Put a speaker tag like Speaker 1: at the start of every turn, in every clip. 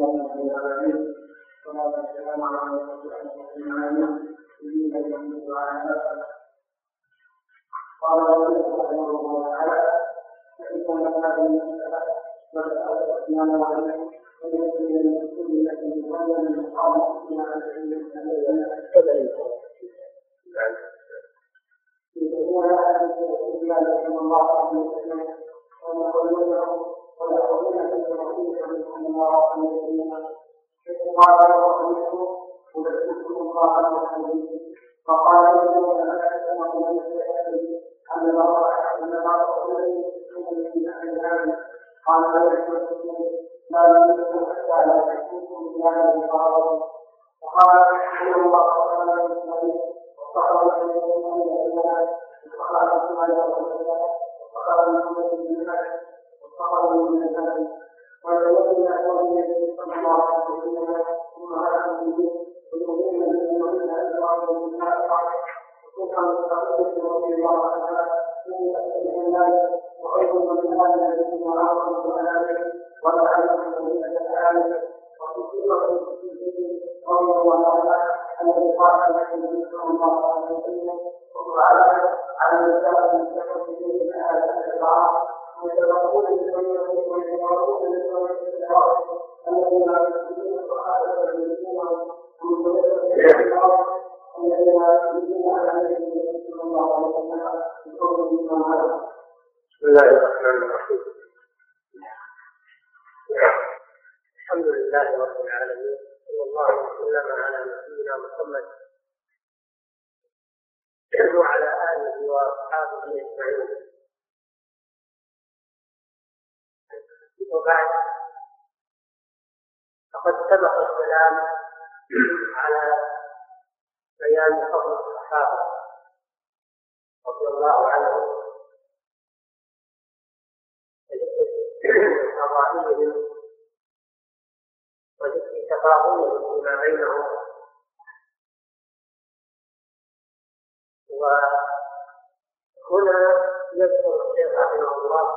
Speaker 1: بسم الله الرحمن الرحيم. الحمد لله رب العالمين، صلى الله وسلم على نبينا محمد وعلى آله وأصحابه أجمعين. وبعد، فقد سبق الكلام على بيان فضل الصحابة رضي الله عنهم فضائلهم وذكر تفاضلهم فيما بينهم. وهنا يذكر الشيخ رحمه الله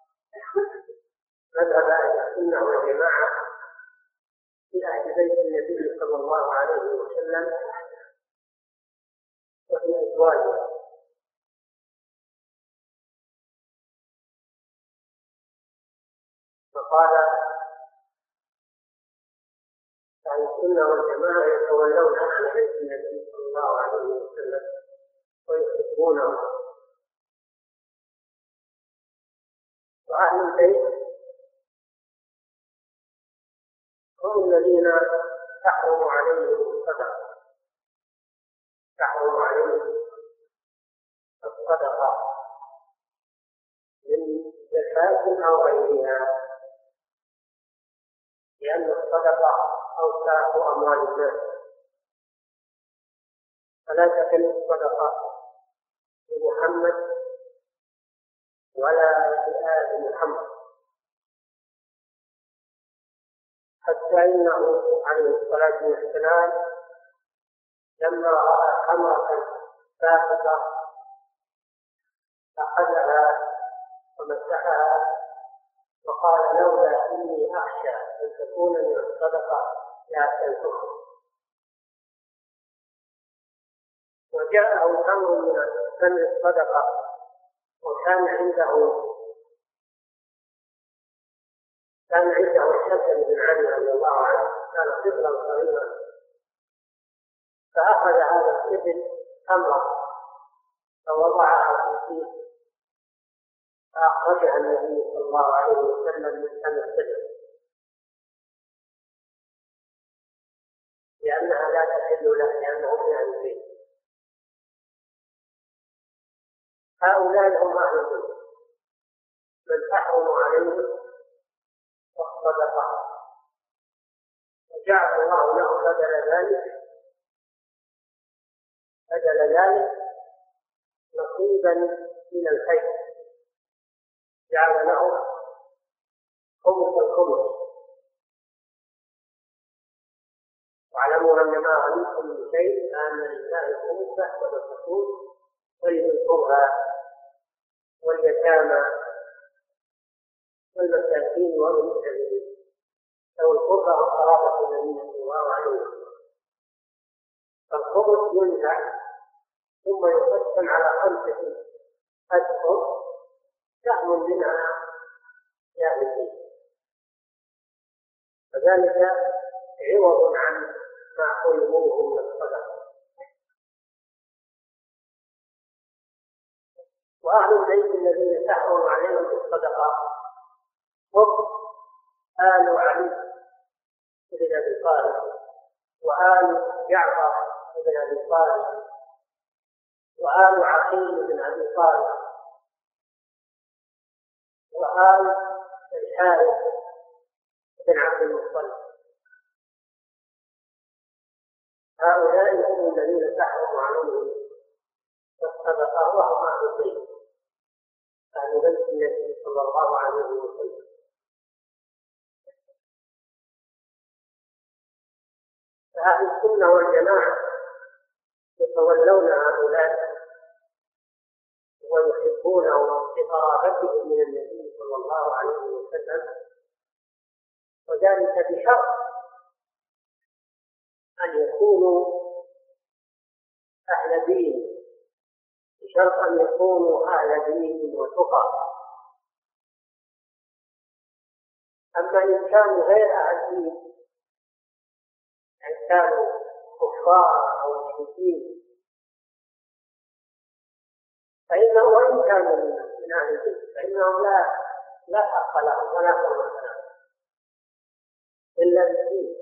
Speaker 1: مذهب أهل السنة والجماعة في أهل بيت النبي صلى الله عليه وسلم وفي أزواجه. فقال أهل السنة والجماعة يتولون أهل بيت النبي صلى الله عليه وسلم ويحبونه. وأهل البيت هم الذين تحرم عليهم الصدقة، تحرم عليهم الصدقة من زكاة أو غيرها، لأن الصدقة أوساخ أموال الناس، فلا تحل الصدقة لمحمد ولا لآل محمد، حتى إنه عليه الصلاة والسلام لما رأى خمرة ساقطة أخذها ومسحها وقال: لولا إني أخشى أن تكون من الصدقة لأكلتها. وجاءه أمر من الصدقة وكان عنده الحسن بن علي رضي الله عنه، كان طفلا صغيرا، فأخذ هذا الطفل تمرة فوضعها في الكيس فأخرجها النبي صلى الله عليه وسلم من فم الطفل، لأنها لا تحل له لأنه من أهل البيت. هؤلاء هم أهل البيت من تحرم عليهم الصدقة، وجعل الله له بدل ذلك نصيبا من الخير، جعل له خمس الخمس. واعلموا أن ما غنمتم من شيء فأن لله خمسه وللرسول ولذي القربى واليتامى والمساكين وابن السبيل أو القربى أو قرابة النبي صلى الله عليه وسلم. فالخبز ينزع ثم يقسم على 5 أشهر سهم منها يأتي فيه، فذلك عوض عن ما حرموه من الصدقة. وأهل البيت الذين تحرم عليهم الصدقة هم آل علي بن أبي طالب وآل جعفر بن أبي طالب وآل عقيل بن أبي طالب وآل الحارث بن عبد المطلب. هؤلاء هم الذين تحرم عليهم الصدقة وهم أهل البيت، أهل بيت النبي صلى الله عليه وسلم. فأهل السنة والجماعة يتولون هؤلاء ويحبونهم لقرابتهم من النبي صلى الله عليه وسلم، وذلك بشرط أن يكونوا أهل دين، بشرط أن يكونوا أهل دين وتقى. أما إن كانوا غير أهل دين، إن كانوا كفار أو مشركين، فإنه وإن كانوا من أهل الدين فإنهم لا حق لهم ولا حرمة لهم إلا بالدين.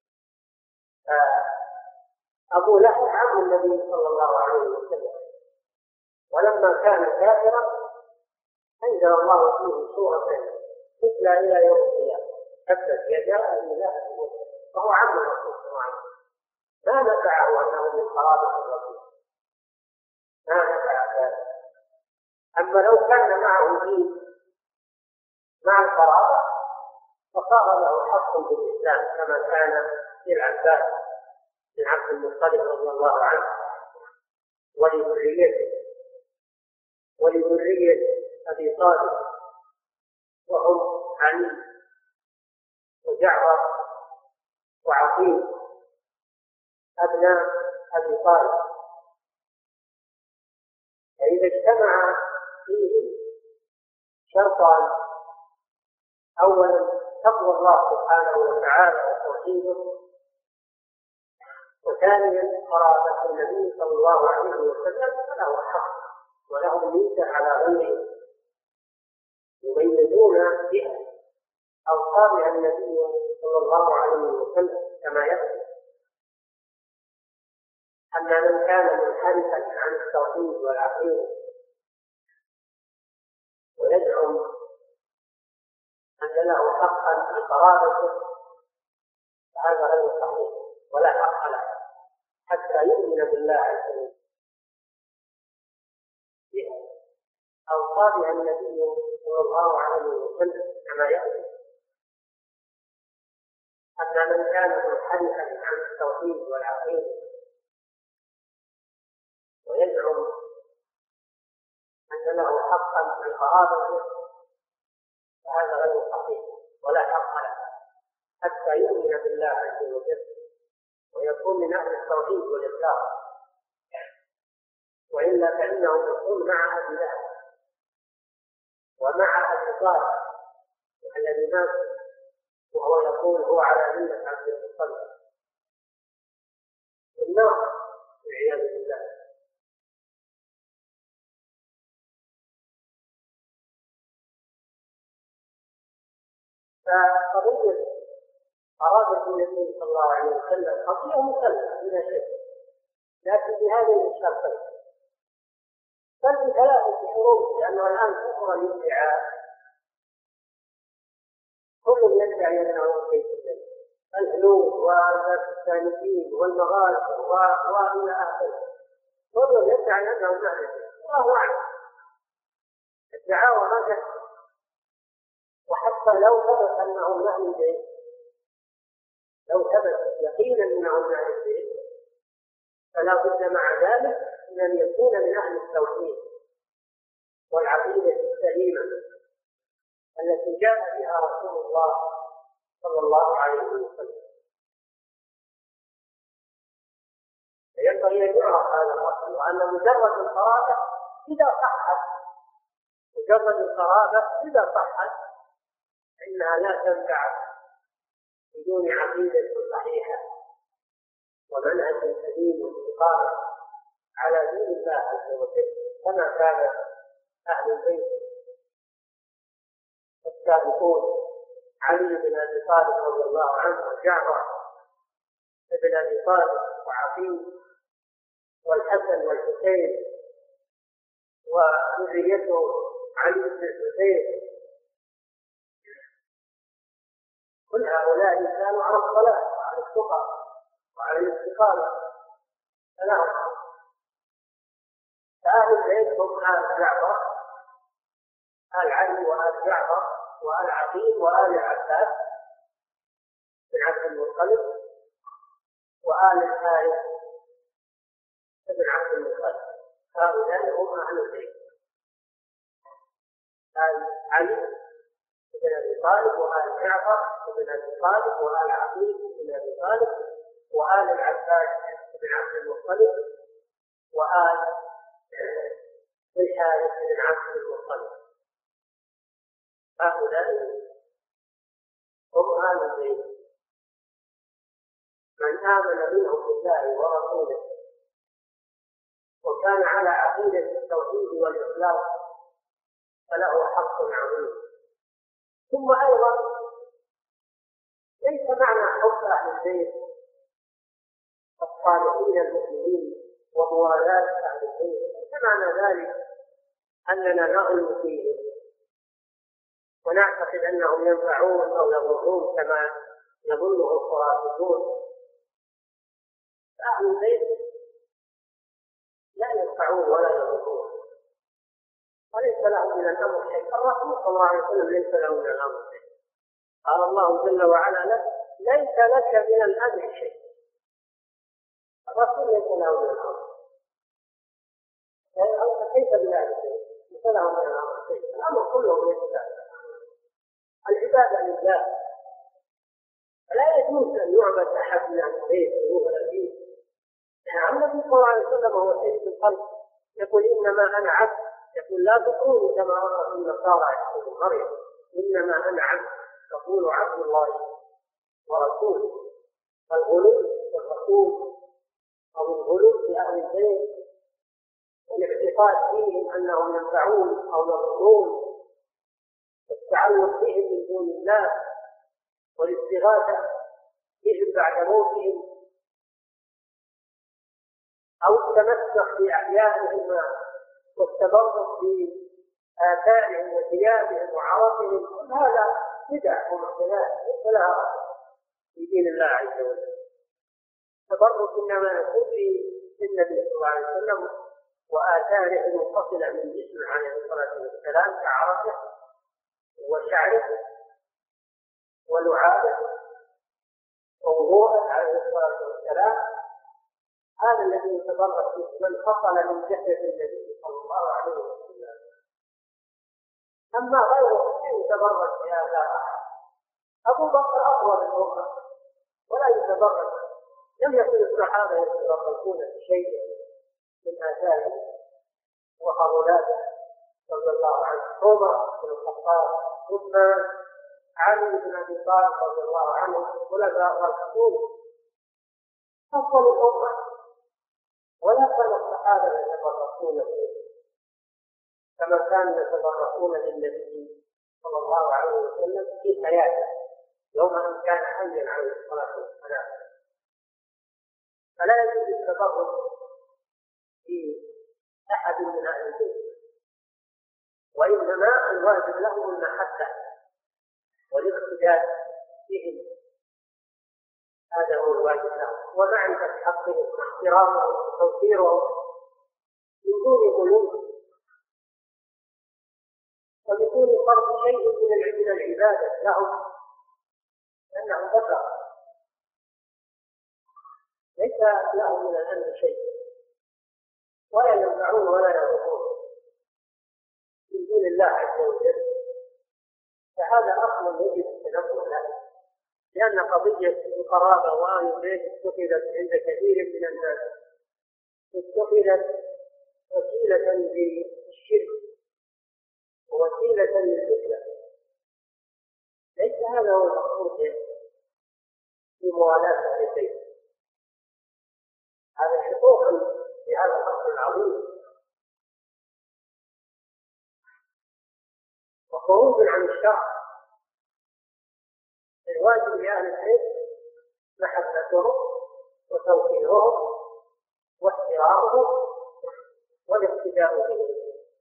Speaker 1: أبو لهب عم النبي صلى الله عليه وسلم، ولما كان كافرا أنزل الله فيه سورة تتلى إلى يوم القيامة تبت يدا أبي لهب وهو عم الرسول صلى الله عليه وسلم. ما نفعه أنه من قرابة الرسول، ما نفع ذلك. أما لو كان معه دين مع القرابة فصار له حق بالإسلام كما كان في العباس بن عبد المطلب رضي الله عنه ولذرية أبي طالب، وهم علي وجعفر وعقيل أبناء أبي طالب. فإذا اجتمع فيه شرطان: أولا تقوى الله سبحانه وتعالى وتوحيده، وثانيا قرابة النبي صلى الله عليه وسلم، فله حق وله ميزة على غيره يميزون بها أوصاف النبي صلى الله عليه وسلم كما يأتي. أما من كان منحرفا عن التوحيد والعقيدة ويزعم أن له حقا في قرابته فهذا غير صحيح ولا حق له حتى يؤمن بالله عز وجل أوصاف النبي صلى الله عليه وسلم كما يأتي. أما من كان منحرفا عن التوحيد والعقيدة ويزعم أن له حقا في قرابته فهذا غير صحيح ولا حق له حتى يؤمن بالله عز وجل ويكون من أهل التوحيد والإخلاص، وإلا فإنه يكون مع أبي لهب ومع أبي طالب الذي مات وهو يقول هو على ملة عبد المطلب النار والعياذ بالله. فقضية قرابة النبي صلى الله عليه وسلم قضية مسلمة بلا شك، لكن بهذه الشرطين، بل بثلاثة شروط، لأنه الآن كثر الادعاء، كل يدعي أنه بيت الله، الهنود والسالكين والمغارب وإلى آخره، كل يدعي أنه معنى الله أعلم. الدعاوى ما تكفي، وحتى لو ثبت أنه من أهل البيت، لو ثبت يقينا أنه من أهل البيت، فلا بد مع ذلك من أن يكون من أهل التوحيد والعقيدة السليمة التي جاء بها رسول الله صلى الله عليه وسلم. فينبغي أن يعرف هذا الأصل، وأن مجرد القرابة إذا صحت فإنها لا تنفع بدون عقيدة صحيحة ومنهج سليم واستقامة على دين الله عز وجل، كما كان أهل البيت السابقون علي بن أبي طالب رضي الله عنه، وجعفر بن أبي طالب، وعقيل، والحسن والحسين، وذريته علي بن الحسين، كل هؤلاء كانوا على الصلاة وعلى التقى وعلى الاستقامة. فأهل البيت هم آل جعفر، آل علي وآل جعفر وآل عقيل وآل العباس بن عبد المطلب وآل الحارث بن عبد المطلب. هؤلاء هم أهل البيت، آل علي بن أبي طالب وآل جعفر بن أبي طالب وآل عقيل بن أبي طالب وآل العباس بن عبد المطلب وآل الحارث بن عبد المطلب. هؤلاء هم آل البيت. من آمن منهم بالله ورسوله وكان على عقيدة التوحيد والإخلاص فله حق عظيم. ثم أيضا ليس معنى حب أهل البيت الصالحين المؤمنين وموالاة أهل البيت ليس معنى ذلك أننا نغلو فيهم ونعتقد أنهم ينفعون أو يضرون كما يظنه الخرافيون. أهل البيت لا ينفعون ولا يضرون، وليس لهم من الأمر شيء. الرسول صلى الله عليه وسلم ليس له من الأمر شيء. قال الله جل وعلا له: ليس لك من الأمر شيء. الرسول ليس له من الأمر. كيف بذلك؟ ليس له من الأمر شيء. الأمر كله لله، العبادة لله، فلا يجوز أن يعبد أحد من البيت وهو الأبي. النبي صلى الله عليه وسلم هو سيد الخلق، يقول: إنما أنا عبد. يقول: لا تقولوا كما أمر النصارى يقول مريم: إنما أنا عبد. تقول عبد الله ورسوله. الغلو في الرسول أو الغلو في أهل البيت والاعتقاد فيهم أنهم ينفعون أو يضرون، والتعلق بهم من دون الله، والاستغاثة بهم بعد موتهم، أو التمسك بأحيائهم والتبرك بآثارهم وثيابهم وعرضهم، كل هذا بدع ومحدثات ليس لها أصل في دين الله عز وجل. التبرك إنما يكون بالنبي صلى الله عليه وسلم وآثاره المتصلة من جسمه عليه الصلاة والسلام كعرضه وشعره ولعابه ووضوءه عليه الصلاة والسلام. هذا الذي يتبرك به من فصل من جسد النبي صلى الله عليه وسلم. أما غيره يتبرك بهذا أحد. أبو بكر أقوى بالأمة ولا يتبرك. لم يكن الصحابة يتبركون بشيء من آثاره وقبولاته رضي الله عنه. عمر بن الخطاب، عثمان، علي بن أبي طالب رضي الله عنه، خلفاء الراشدون أفضل الأمة، ولا كان الصحابة يتبركون به كما كانوا يتبركون بالنبي صلى الله عليه وسلم في حياته يوم أن كان حيا عليه الصلاة والسلام. فلا يجوز التبرك بأحد من أهل البيت، وإنما الواجب لهم المحبة والاقتداء بهم، هذا هو الواجب لهم، ومعرفة حقهم واحترامهم وتوقيرهم من دون غلو وبدون فرض شيء من العبادة لهم، لأنهم بشر ليس لهم من الأمر شيء، ولا ينفعون ولا يضرون من دون الله عز وجل. فهذا أصل يجب التنبه له. لأن قضية القرابة وآل البيت اتخذت عند كثير من الناس اتخذت وسيلة للشرك ووسيلة للفتنة. ليس هذا هو المقصود في موالاة أهل البيت. هذا حقوق في هذا الأصل العظيم وخروج عن الشرع. الواجب لأهل البيت محبتهم وتوقيرهم واحترامهم والاقتداء بهم،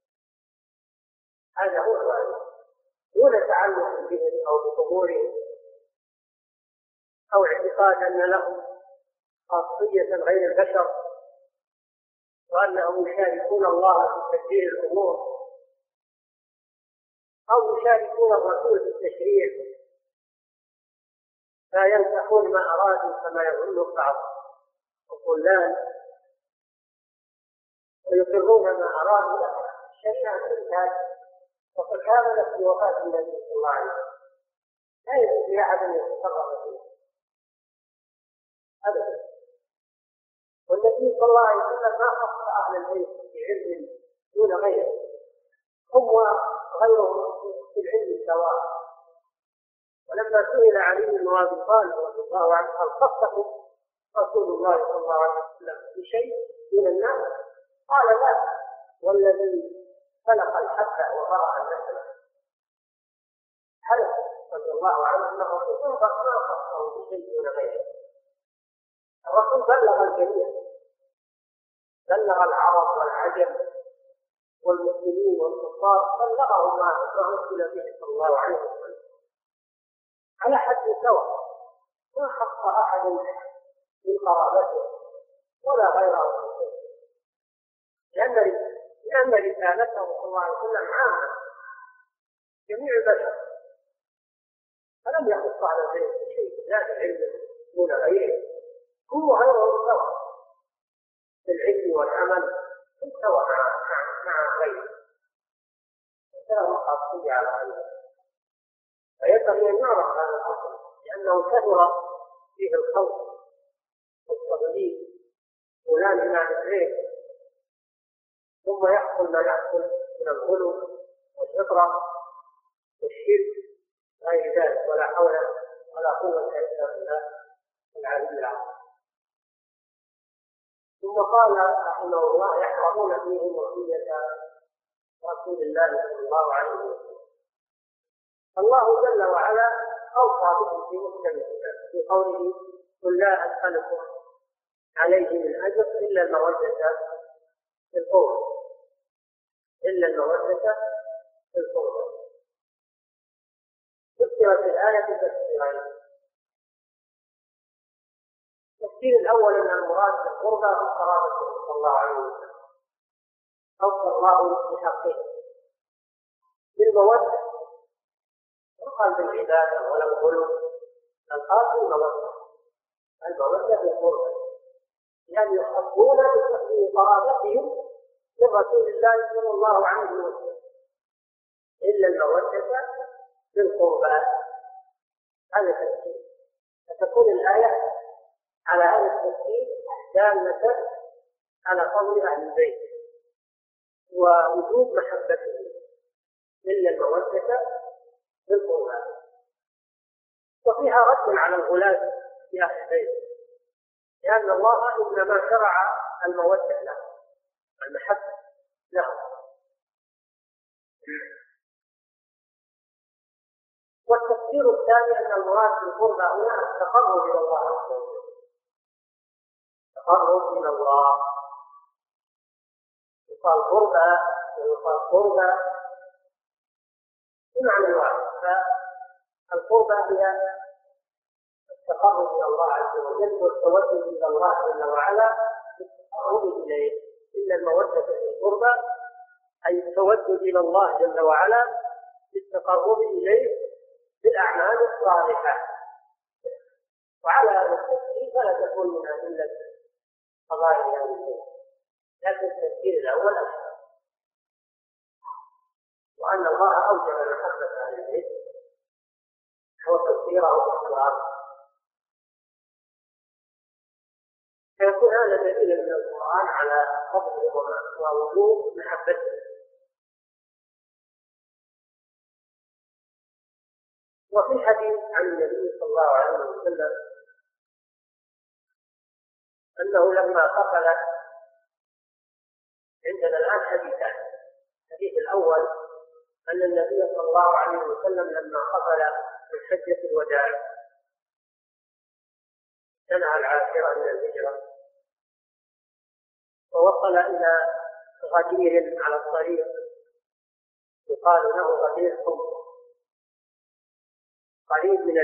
Speaker 1: هذا هو الواجب، دون تعلق بهم أو بقبورهم أو اعتقاد أن لهم خاصية غير البشر وأنهم يشاركون الله في تدبير الأمور أو يشاركون الرسول في التشريع فينسخون ما أرادوا كما يقول بعض الطلاب ويقرون ما أرادوا. الشريعة تنتهج وقد كانت في وفاة النبي صلى الله عليه وسلم لا يجوز لأحد أن يتصرف فيه أبدا. والنبي صلى الله عليه وسلم ما خص أهل البيت بعلم دون غيره، هم وغيرهم في العلم سواء. ولما سئل علي بن ابي طالب رضي الله عنه هل خصه رسول الله صلى الله عليه وسلم بشيء من الناس قال لا، والذي خلق الحب وبرأ النسل حلف رضي الله عنه انه ما خصه بشيء من غيره. الرسول بلغ الجميع، بلغ العرب والعجم والمسلمين والكفار، بلغهم ما أرسل به صلى الله عليه وسلم على حد سواء، ما خص أحد من قرابته ولا غيره، لأن رسالته صلى الله عليه وسلم عامة جميع البشر، فلم يخص على البيت شيء لا بعلم دون غيره، هو غيره سواء في العلم والعمل سواء مع غيره، له خاصية على غيره. فينبغي أن يعرف هذا الأصل لأنه كثر فيه الخوف والتضليل فلان مع الغير، ثم يحصل ما يحصل من الغلو والفطرة والشرك غير ذلك، ولا حول ولا قوة إلا بالله العلي العظيم. ثم قال رحمه الله يحفظون فيهم وصية رسول الله صلى الله عليه وسلم. الله جل وعلا أوصى بهم في محكم في قوله قل لا أسألكم عليه من أجر إلا المودة في القربى، إلا المودة في القربى. ذكرت الآية تفسيرين. التفسير الأول أن المراد بالقربى هو قرابته صلى الله عليه وسلم، أوصى الله بحقه بالمودة، وقال بالعبادة ولو غلو، القاس المودة، المودة بالقربى، يعني يحبون بقرابتهم لرسول الله صلى الله عليه وسلم إلا المودة بالقربى. هذا التفسير، فتكون الآية على هذا التفسير دالة على قول أهل البيت ووجوب محبته إلا المودة بالقربى. وفيها رد على الغلاة في أهل البيت، لأن الله إنما شرع المودة له، المحبة له. والتفسير الثاني أن المراد بالقربى هنا التقرب إلى الله عز وجل، التقرب إلى الله، يقال قربى ويقال قربى بمعنى واحد. فالقربى هي التقرب إلى الله عز وجل والتوجه إلى الله جل وعلا بالتقرب إليه، إلا المودة في القربى أي التوجه إلى الله جل وعلا بالتقرب إليه بالأعمال الصالحة. وعلى هذا التفسير فلا تكون من أدلة قضايا أهل البيت، لكن التفسير الأول أشهر، وأن الله أوجب محبة أهل البيت وتوفيره بالصلاة ويكون هذا دليلا من القرآن على فضلهم ووجوب محبتهم. وفي حديث عن النبي صلى الله عليه وسلم أنه لما قتل، عندنا الآن حديثان. الحديث الأول أن النبي صلى الله عليه وسلم لما قتل من حجة الوداع السنة 10 من الهجرة، ووصل إلى غدير على الطريق يقال له غدير حمص، قريب من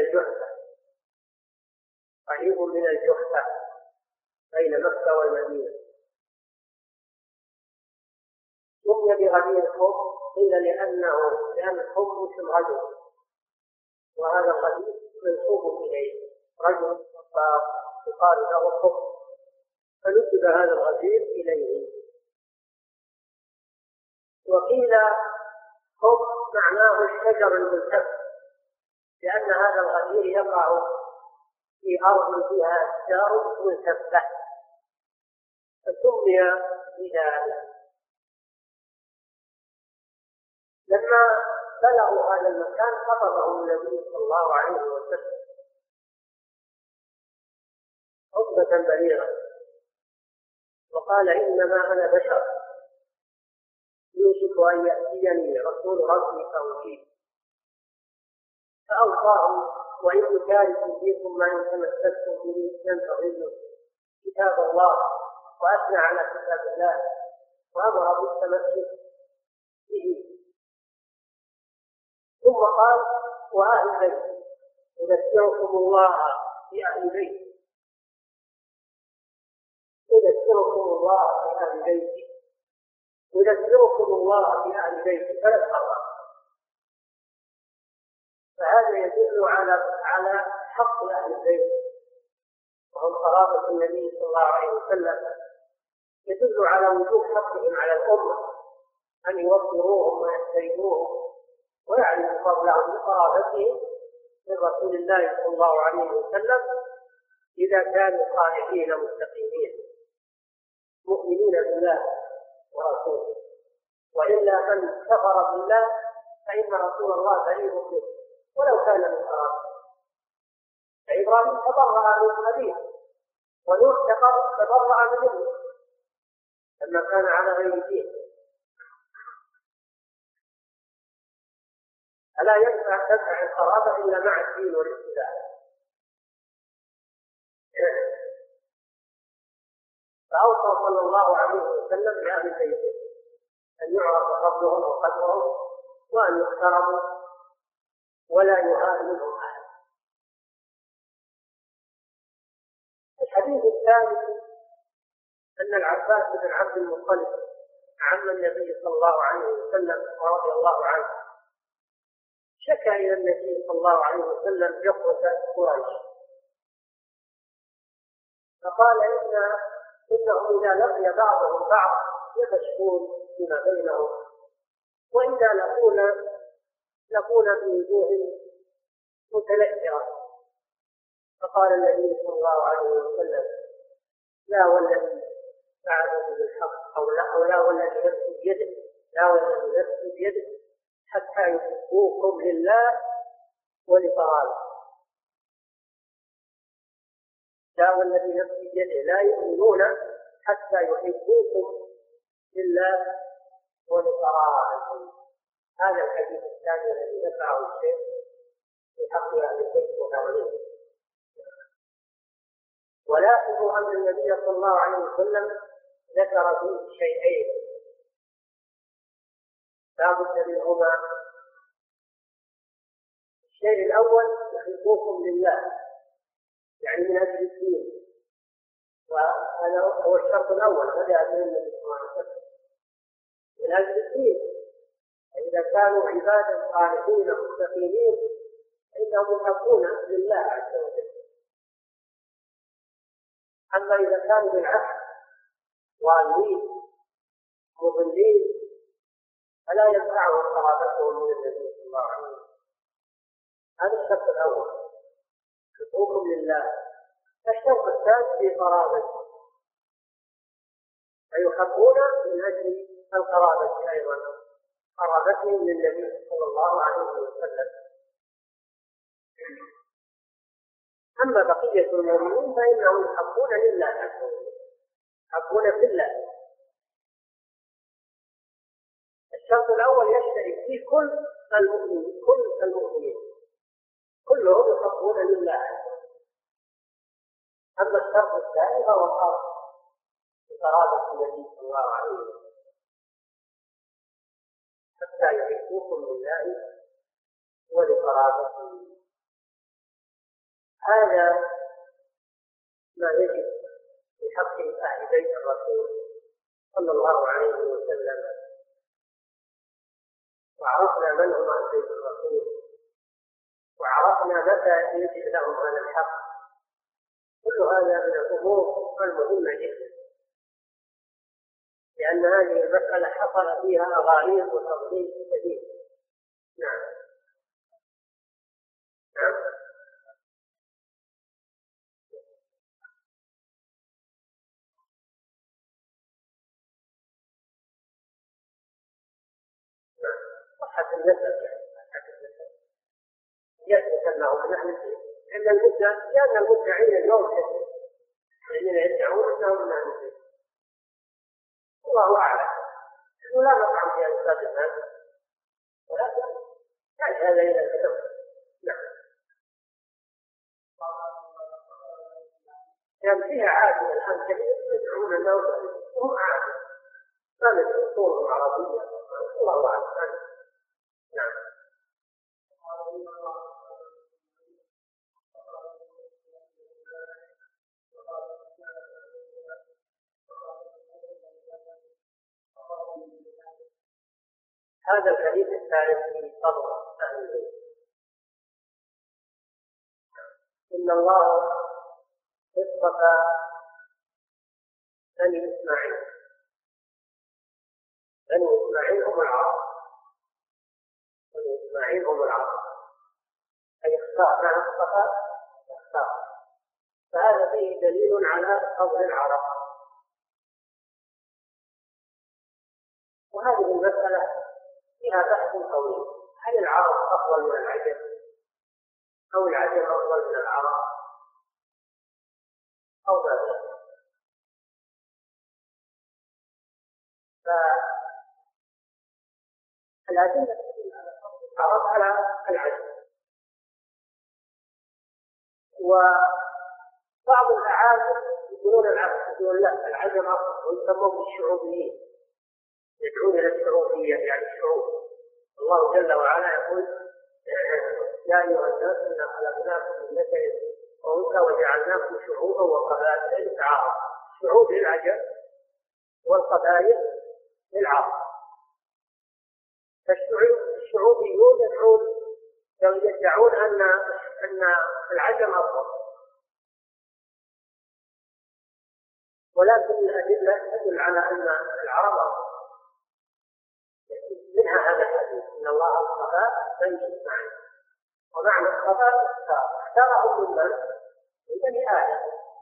Speaker 1: الجحفة بين مكة والمدينة. سمي بغدير حمص قيل لأن الحمص اسم رجل، وهذا الغدير منسوب إليه رجل فيقال له حمص، فنسب هذا الغدير إليه. وقيل حمص معناه الشجر الملتف، لأن هذا الغدير يقع في أرض فيها أشجار ملتفة فسمي بذلك. لما بلغوا هذا المكان خطبهم النبي صلى الله عليه وسلم خطبة بليغة وقال: إنما أنا بشر يوشك أن يأتيني رسول ربي فأوحيه. فأوصاهم: وإن تارك فيكم ما إن تمسكتم به لن تضلوا كتاب الله، وأثنى على كتاب الله وأمر بالتمسك به. ثم قال: وأهل بيت أذكركم الله بأهل بيت، أذكركم الله بأهل بيت، أذكركم الله بأهل بيت، 3 مرات. فهذا يدل على حق أهل البيت وهم قرابة النبي صلى الله عليه وسلم، يدل على وجوب حقهم على الأمة أن يوفروهم ويحترموهم ويعرفوا فضلهم بقرابتهم من رسول الله صلى الله عليه وسلم إذا كانوا صالحين مستقيمين مؤمنين بالله ورسوله. وإلا من كفر بالله فإن رسول الله بريء منه ولو كان من قرابته. فإبراهيم تبرأ من أبيه، ونوح تبرأ من ابنه لما كان على غير دين. ألا ينفع تنفع القرابة إلا مع الدين والاتباع. فأوصى صلى الله عليه وسلم بأهل بيته أن يعرف فضلهم وقدرهم وأن يحترموا ولا يهان منهم أحد. الحديث الثاني أن العباس بن عبد المطلب عم النبي صلى الله عليه وسلم ورضي الله عنه شكى إلى النبي صلى الله عليه وسلم جفوة قريش، فقال: إنهم إذا لقي بعضهم بعض يبشرون فيما بينهم، وإذا لقون بوجوه متلأثرة. فقال النبي صلى الله عليه وسلم: لا والذي بعثه بالحق أو لا والذي نفسي بيده، لا والذي نفسي بيده حتى يحبوكم لله ولطاعته. لا والذي نفسي بيده لا يؤمنون حتى يحبوكم لله ولطاعته. هذا الحديث الثاني الذي ذكره الشيخ في حق أهل البيت وغيرهم. ولاحظوا أن النبي صلى الله عليه وسلم ذكر فيه شيئين لا بد منهما. الشيء الأول: يحبوكم لله، يعني من أجل الدين، وهذا هو الشرط الأول بدأ به النبي صلى الله عليه وسلم، من أجل الدين. إذا كانوا عبادا صالحين مستقيمين فإنهم يحبون لله عز وجل. أما إذا كانوا بالعكس ضالين مضلين فلا ينفعهم قرابتهم من النبي صلى الله عليه وسلم. هذا الشرط الأول: حبوكم لله. الشرط الثاني في قرابته، فيحبون من أجل القرابة أيضا، قرابتهم للنبي صلى الله عليه وسلم. أما بقية المؤمنين فإنهم يحبون لله عز وجل، يحبون في الله. الشرط الأول يشترك فيه كل المؤمنين كلهم يحبون لله عز وجل. أما الشرط الثاني فهو خاص بقرابة النبي صلى الله عليه وسلم، حتى يحبوكم لله ولقرابته. هذا ما يجب في حق أهل بيت الرسول صلى الله عليه وسلم. وعرفنا من هم أهل بيت الرسول، وعرفنا متى يجب لهم هذا الحق. كل هذا من الأمور المهمة جدا، لأن هذه المسألة حصل فيها أغاليط وتضليل كثير. نعم. صحة النسب يثبت أنه من أهل البيت، لأن المدعين اليوم كثير الذين يدعون أنهم من أهل البيت. الله أعلم، نحن لا نطعن في أنساب الناس، ولكن يحتاج هذا إلى الكتب. نعم. كان فيها عادة الآن كثير يدعون الناس وهم عادة كانت أصولهم عربية. الله أعلم. نعم. هذا الحديث الثالث في فضل أهل البيت. إن الله اصطفى بني إسماعيل. بني إسماعيل هم العرب، بني إسماعيل هم العرب، أي اختار. معنى اصطفى اختار، فهذا فيه دليل على فضل العرب. وهذه المسألة فيها بحث طويل، هل العرب أفضل من العجم أو العجم أفضل من العرب أو ماذا؟ فالأدلة العرب على العجم، وبعض الأعاجم يقولون العكس، يقولون لا العجم أفضل، ويسمون بالشعوبيين، يدعون إلى الشعوبية يعني الشعوب. الله جل وعلا يقول يا أيها الناس إنا خلقناكم من ذكر وأنثى وجعلناكم شعوبا وقبائل لتعارفوا. شعوب للعجم والقبائل للعرب. فالشعوبيون يدعون أن العجم أفضل، ولكن الأدلة تدل على أن العرب أفضل. منها هذا الحديث إن الله اصطفى بني إسماعيل، ومعنى اصطفى اختارهم من بني آدم،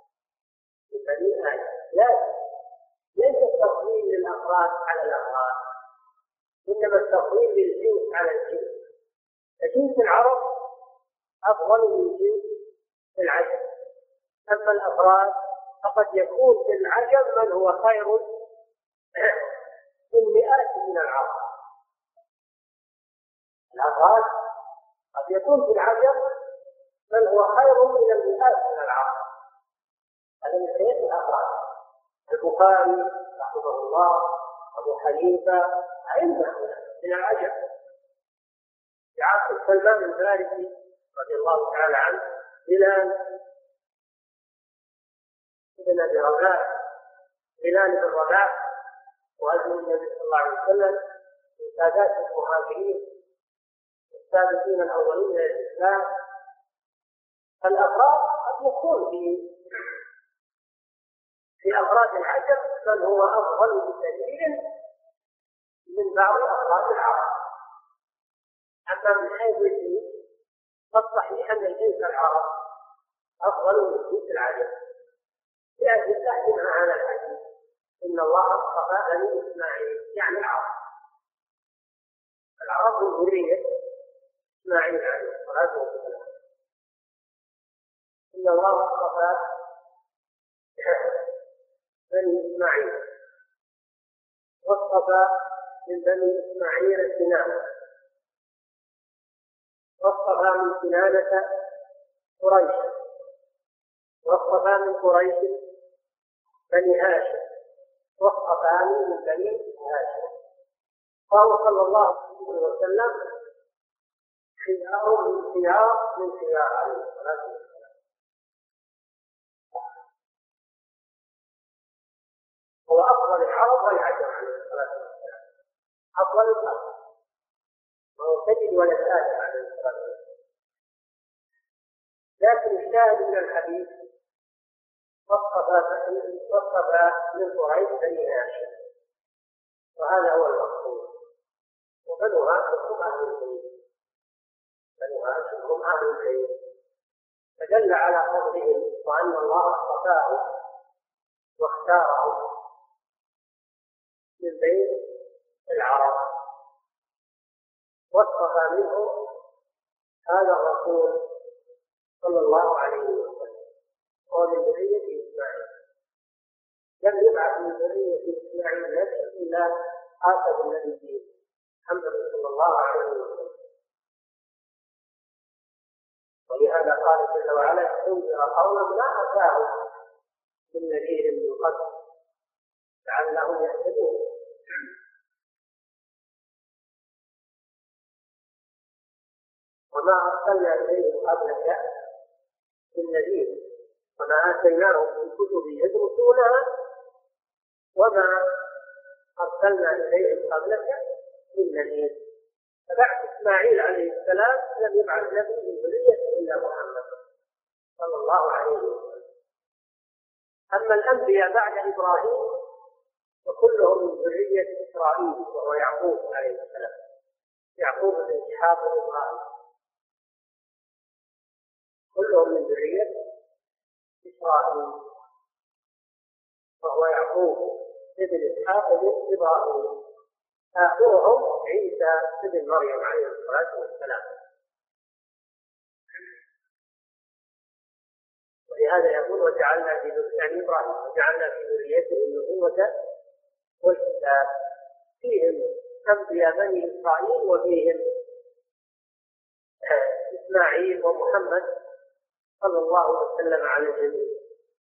Speaker 1: لكن ليس التفضيل للأفراد على الأفراد، إنما التفضيل للجنس على الجنس. فجنس العرب أفضل من جنس العجم. أما الأفراد فقد يكون في العجم من هو خير من مئات من العرب. الأفراد قد يكون في العجم من هو خير من المئات من العرب. هذا من حيث الأفراد. البخاري رحمه الله، أبو حنيفة، أئمة من العجم. في عصر سلمان الفارسي رضي الله تعالى عنه بلال بن رباح وأهل النبي صلى الله عليه وسلم من سادات المهاجرين السابقين الأولين إلى الإسلام. الأفراد قد يكون في أفراد العجم من هو أفضل بكثير من بعض أفراد العرب. أما من حيث الجنس فالصحيح أن الجنس العرب أفضل من جنس العجم، لأجل مع هذا الحديث إن الله اصطفى بني إسماعيل يعني العرب من ذرية إسماعيل عليه الصلاة والسلام. إن الله اصطفى بني إسماعيل واصطفى من بني إسماعيل كنانة، واصطفى من كنانة قريش، واصطفى من قريش بني هاشم، واصطفى من بني هاشم. قال صلى الله عليه وسلم خيار من خيار من خيار عليه الصلاة والسلام. هو أفضل العرب والعجم عليه الصلاة والسلام، أفضل الأرض، وهو سيد ولد آدم عليه الصلاة والسلام. لكن الشاهد من الحديث واصطفى من قريش بني هاشم، وهذا هو المقصود. وبنو هاشم هم أهل البيت، بنو هاشم هم أهل البيت، فدل على فضلهم وأن الله اصطفاه واختاره من بين العرب، واصطفى منه هذا الرسول صلى الله عليه وسلم، هو من ذرية إسماعيل. لم يبعث من ذرية إسماعيل نفسه إلا خاتم النبيين محمد صلى الله عليه وسلم. ولهذا قال جل وعلا انذر قوما ما اتاهم من نذير من قبل لعلهم يهتدون. وما ارسلنا اليهم قبلك من نذير، وما اتيناهم من كتب يدرسونها، وما ارسلنا اليهم قبلك من نذير. فبعد إسماعيل عليه السلام لم يبعث نبي من ذريته إلا محمد صلى الله عليه وسلم. أما الأنبياء بعد إبراهيم فكلهم من ذرية إسرائيل، وهو يعقوب عليه السلام، يعقوب بن إسحاق وإبراهيم، كلهم من ذرية إسرائيل، وهو يعقوب بن إسحاق وإبراهيم. آخرهم عيسى ابن مريم عليه الصلاة والسلام. ولهذا يقول وجعلنا في ذريته إبراهيم وجعلنا في ذريته النبوة والكتاب، فيهم أنبياء بني إسرائيل وفيهم إسماعيل ومحمد صلى الله وسلم على الجميع.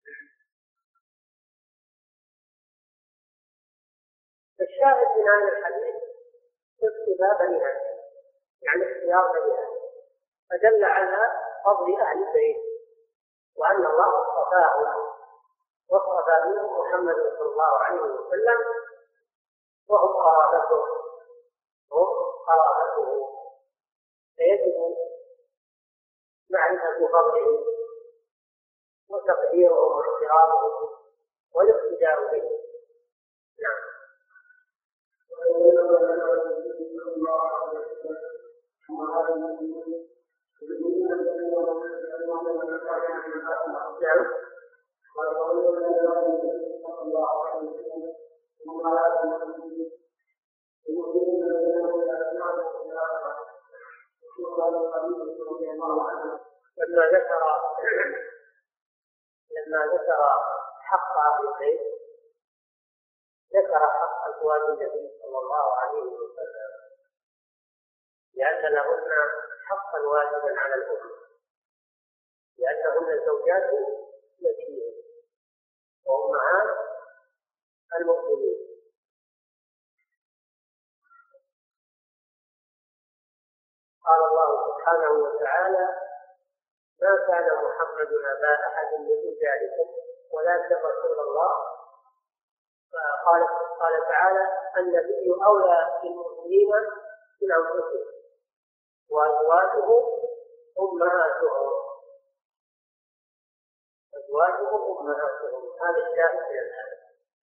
Speaker 1: الشاهد من هذا الحديث اصطفاء بني هاشم، يعني اختيار بني هاشم، فدل على فضل أهل البيت وأن الله اصطفاه واصطفى منه محمد صلى الله عليه وسلم، وهم قرابته فيجب معرفة فضله وتقديره واحترامه والاقتداء به. نعم. لما ذكر حق أهل البيت ذكر حق أزواج النبي صلى الله عليه وسلم، لأن لهن حقا واجبا على الأمة، لأنهن زوجات نبيه وأمهات المؤمنين. قال الله سبحانه وتعالى ما كان محمد أبا أحد من رجالكم ولكن رسول الله. قال تعالى النبي أولى بالمؤمنين من أنفسهم وأزواجه أمهاتهم. هذا الشاهد في الآية.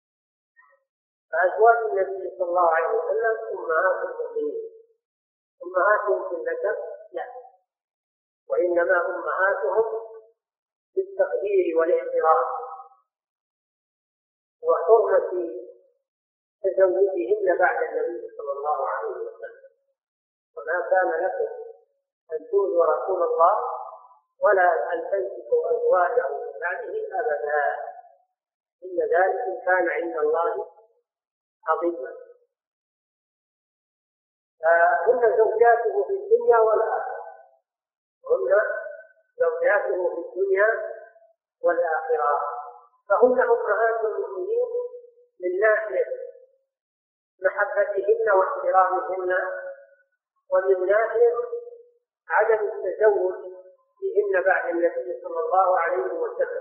Speaker 1: فأزواج النبي صلى الله عليه وسلم أمهات المؤمنين. أمهاتهم في النسب؟ لا، وإنما أمهاتهم بالتقدير والاحترام وحرمة تزوجهن بعد النبي صلى الله عليه وسلم. وما كان لكم أن تؤذوا رسول الله ولا أن تنكحوا أزواجه من بعده أبدا، إن ذلك كان عند الله عظيما. فهن زوجاته في الدنيا والآخرة، هن زوجاته في الدنيا والآخرة، فهن أمهات المؤمنين من ناحية محبتهن واحترامهن، ومن ناحية عدم التزوج بهن بعد النبي صلى الله عليه وسلم.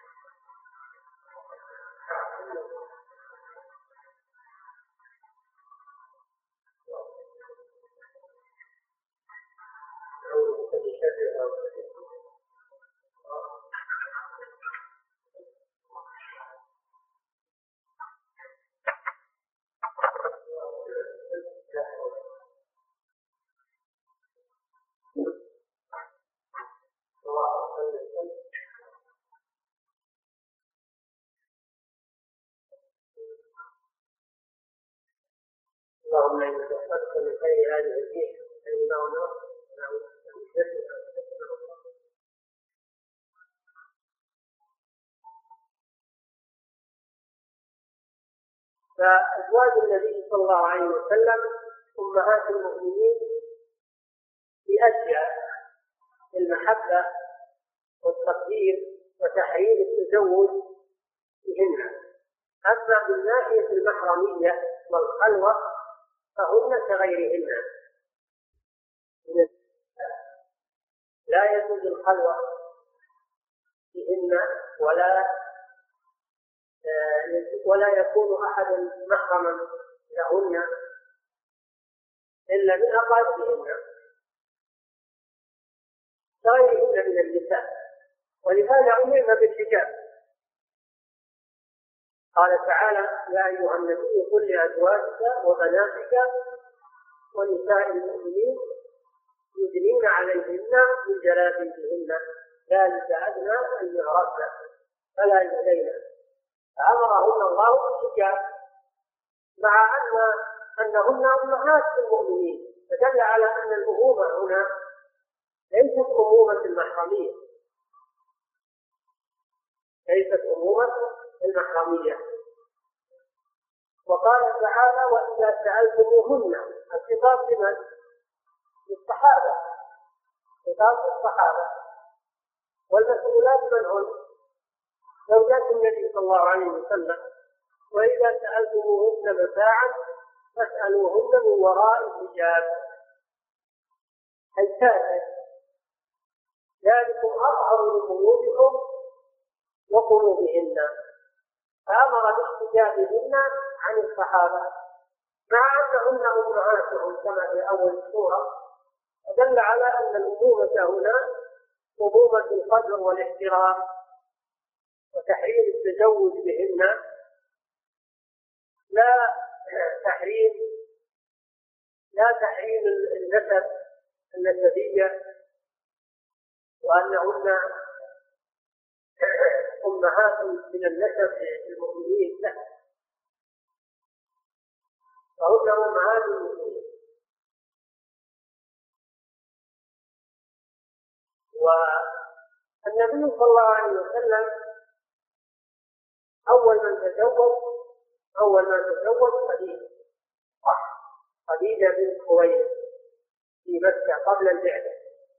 Speaker 1: اللهم إنك أسألك من خير هذه الدين فإنه نصر. فأزواج النبي صلى الله عليه وسلم أمهات المؤمنين بأشياء المحبة والتقدير وتحريم التزوج بهن. أما من ناحية المحرمية والخلوة فهن كغيرهن، لا يجوز الخلوة بهن ولا يكون أحد محرما لهن إلا من أقاربهن كغيرهن من النساء، ولهذا أمرنا بالحجاب. قال تعالى: يا أيها النبي قل لأزواجك وبناتك ونساء المؤمنين يدنين عليهن من جلابيبهن ذلك أدنى أن يعرفن فلا يؤذين. فأمرهن الله بالحجاب مع أنهن أمهات المؤمنين، فدل على أن الأمومة هنا ليست أمومة المحرمية، ليست أمومة المحرمية. وقال تعالى: وإذا سألتموهن، الخطاب لمن؟ للصحابة، خطاب للصحابة، والمسؤولات من هن؟ زوجات النبي صلى الله عليه وسلم. وإذا سألتموهن متاعا فاسألوهن من وراء الحجاب، أي كافر، ذلكم أظهر لقلوبكم وقلوبهن. فأمر باحتجابهن عن الصحابة مع أنهن أمهاتهم كما في أول السورة، ودل على أن الأمومة هنا أمومة القدر والاحترام وتحريم التزوج بهن، لا تحريم النسب النسبية وأنهن أمهات من النسب المؤمنين، لا، فهن أمهات المؤمنين. والنبي صلى الله عليه وسلم أول من تزوج خديجة بنت خويلد في مكة قبل البعثة،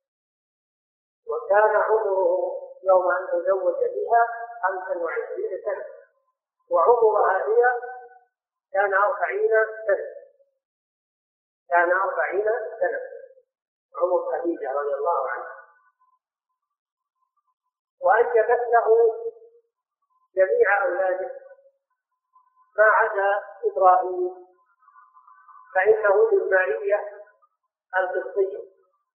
Speaker 1: وكان عمره يوم أن تزوج بها 25 سنة، وعمرها هي كان 40 سنة عمر خديجة رضي الله عنها، وأنجبت له جميع أولاده ما عدا إبراهيم، فإنه من مارية القبطية.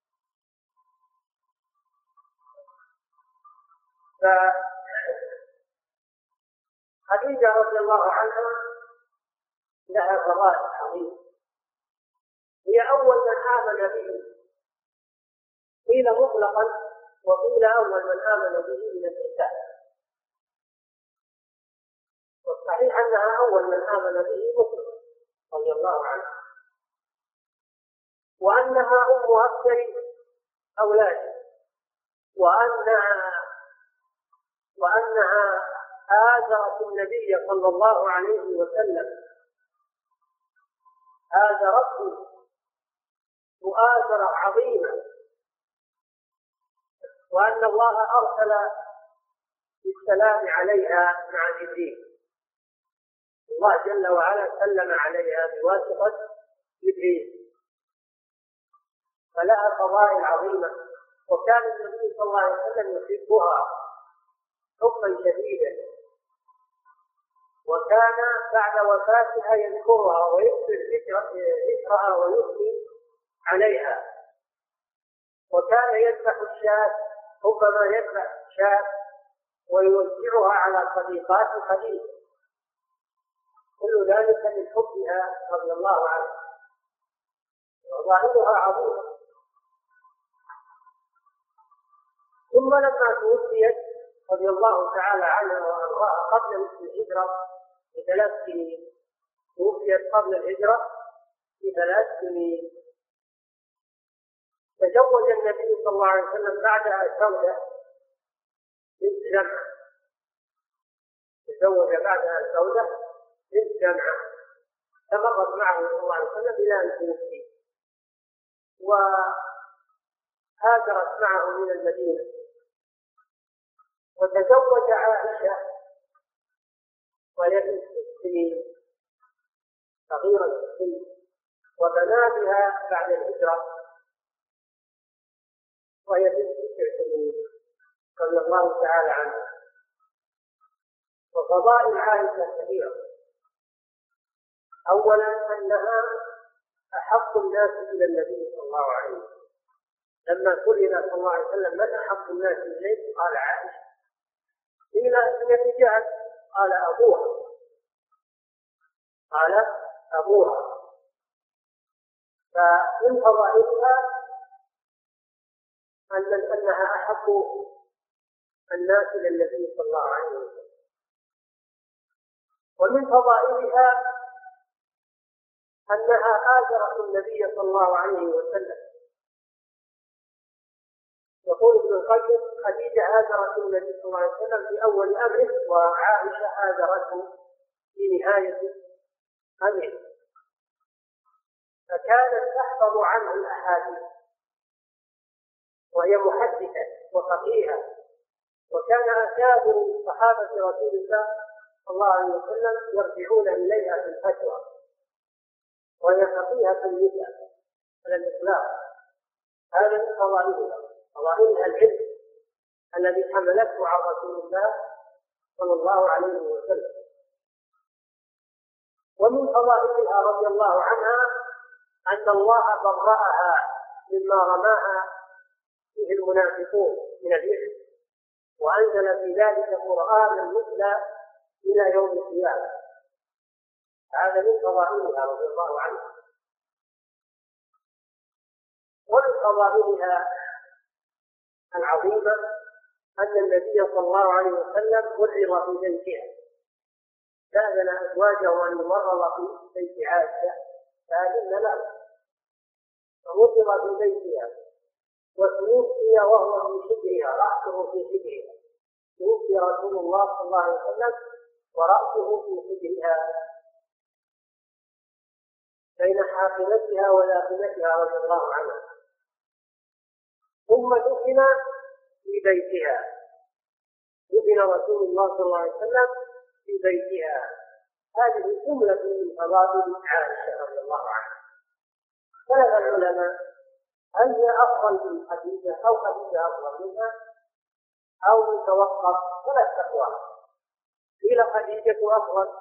Speaker 1: فخديجة رضي الله عنها لها فضائل عظيمة، هي أول من آمن به، قيل مطلقا وقيل أول من آمن به من النساء. والصحيح أنها أول من آمن به مسلم رضي الله عنه، وأنها أم أكثر أولاده، وأنها آزرت النبي صلى الله عليه وسلم، آزرته مؤازرة عظيمة، وأن الله أرسل بالسلام عليها مع جبريل. الله جل وعلا سلم عليها بواسطة جبريل، فلها فضائل عظيمة. وكان النبي صلى الله عليه وسلم يحبها حبا شديدا، وكان بعد وفاتها يذكرها ويكثر ذكرها ويثني عليها، وكان يذبح الشاة، ربما يذبح شاة ويوزعها على صديقات خديجة، كل ذلك من حبها رضي الله عنها، وظاهرها عظيمة. ثم لما توفيت رضي الله تعالى عنها وأرضاها قبل الهجرة ب3 سنين، توفيت قبل الهجرة ب3 سنين، تزوج النبي صلى الله عليه وسلم بعدها سودة بنت جمعة، تزوج بعدها سودة بنت جمعة، تمرت معه صلى الله عليه وسلم إلى أن توفي، وهاجرت معه من المدينة، وتزوج عائشة وهي بنت 6 سنين صغيرة السن، وبنى بها بعد الهجرة وهي بنت 9 سنين رضي الله تعالى عنها. وفضائل عائشة كثيرة. أولا أنها أحق الناس إلى النبي صلى الله عليه وسلم، لما سئل صلى الله عليه وسلم من أحق الناس إليه قال عائشة، قيل ابنة جهل قال أبوها. فمن فضائلها أنها أحق الناس إلى النبي صلى الله عليه وسلم. ومن فضائلها أنها آزرت النبي صلى الله عليه وسلم. يقول ابن القيم خديجة آزرت النبي صلى الله عليه وسلم في أول أمره، وعائشة آزرته في نهاية أمره، فكانت تحفظ عنه الأحاديث، وهي محدثة وفقيهة، وكان أكابر صحابة رسول الله صلى الله عليه وسلم يرجعون إليها في الفتوى، وهي فقيهة النساء على الإطلاق. هذا من فضائلها العلم الذي حملته عن رسول الله صلى الله عليه وسلم. ومن فضائلها رضي الله عنها أن الله برأها مما رماها فيه المنافقون من الإثم، وأنزل في ذلك قرآنا يتلى إلى يوم القيامة. هذا من فضائلها رضي الله عنها. ومن فضائلها العظيمة أن النبي صلى الله عليه وسلم مرض في بيتها، كان أزواجه أن يمرض في بيت عائشة فأذن له، فمرض في بيتها وتوفي وهو في حجرها، رأسه في حجرها، توفي رسول الله صلى الله عليه وسلم ورأسه في حجرها بين حاقنتها ولاقنتها رضي الله عنها، ثم دفن في بيتها، دفن رسول الله صلى الله عليه وسلم في بيتها. هذه جملة من فضائل عائشة رضي الله عنها. اختلف العلماء هل هي أفضل من خديجة أو خديجة أفضل منها أو نتوقف ولا تقوى. قيل خديجة أفضل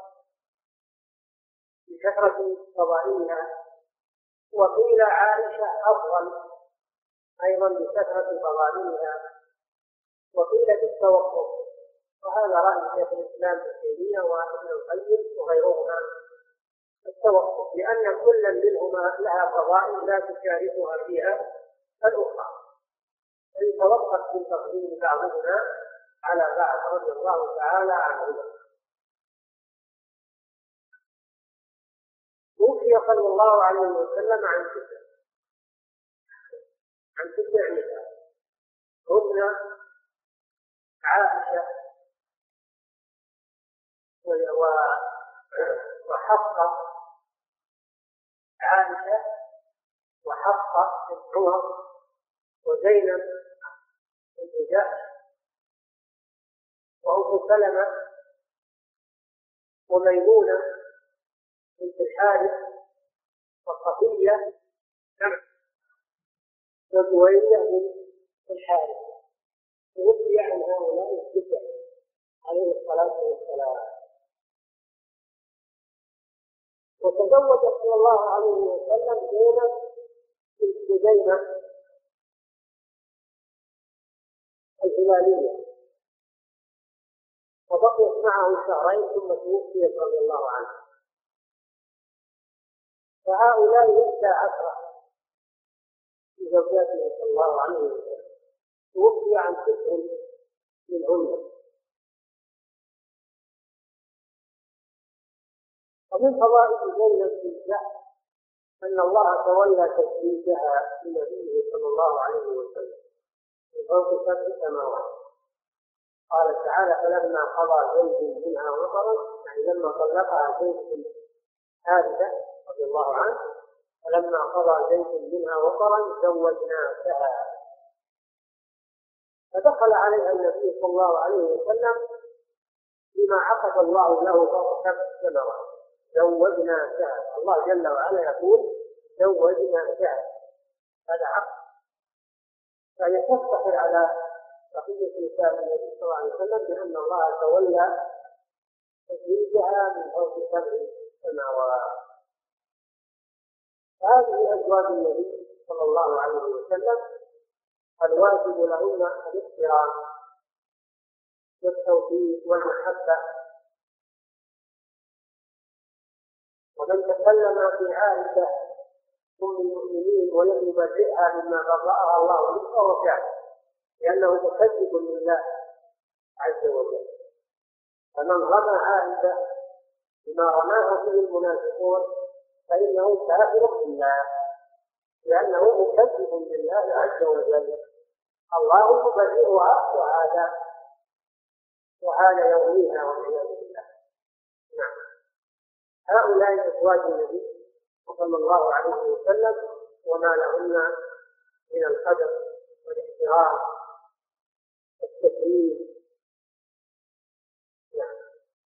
Speaker 1: بكثرة فضائلها، وقيل عائشة أفضل أيضا بكثرة فضائلها، وقيل بالتوقف. وهذا رأي شيخ الإسلام ابن تيمية وابن القيم وغيرهما، التوقف، لأن كل منهما لها فضائل لا تشاركها فيها الأخرى، فيتوقف من تقديم بعضهما على بعض رضي الله تعالى عنهما. توفي صلى الله عليه وسلم عن 9 نساء، هن عائشة وحفصة، عائشة وحفصة بنت عمر وزينب بنت جحش وأم سلمة وميمونة بنت الحارث وصفية وجويرية بنت الحارث. توفي عن هؤلاء الستة عليه الصلاة والسلام. وتزوج صلى الله عليه وسلم زينب بنت خزيمة الهلالية، وبقيت معه شهرين ثم توفي رضي الله عنه. فهؤلاء 11 في زوجاته صلى الله عليه وسلم، توفي عن 9 منهن. ومن فضائل زينب بنت جحش أن الله تولى تزويجها لنبيه صلى الله عليه وسلم من فوق 7 سماوات. قال تعالى: فلما قضى زيد منها وطرا، يعني لما طلقها زيد بن حارثة رضي الله عنه، فلما قضى زيد منها وطرا زوجناكها. فدخل عليها النبي صلى الله عليه وسلم بما عقد الله له فوق 7 سماوات: زوجناكها. الله جل وعلا يقول: زوجناكها، هذا عقد. فهي تفتخر على بقية نساء النبي صلى الله عليه وسلم بأن الله تولى تزويجها من فوق 7 سماوات. هذه أزواج النبي صلى الله عليه وسلم الواجب لهن الاحترام والتوفيق والمحبة. ومن تكلم في عائشة أم المؤمنين ولم يبرئها مما برأها الله به فهو كافر، لأنه مكذب لله عز وجل. فمن رمى عائشة بما رماه به المنافقون فإنه كافر بالله، لأنه مكذب لله عز وجل. الله يبرئها وهذا يوميها والعياذ بالله. نعم. هؤلاء أزواج النبي صلى الله عليه وسلم وما لهن من القدر والاحترام والتكريم. نعم.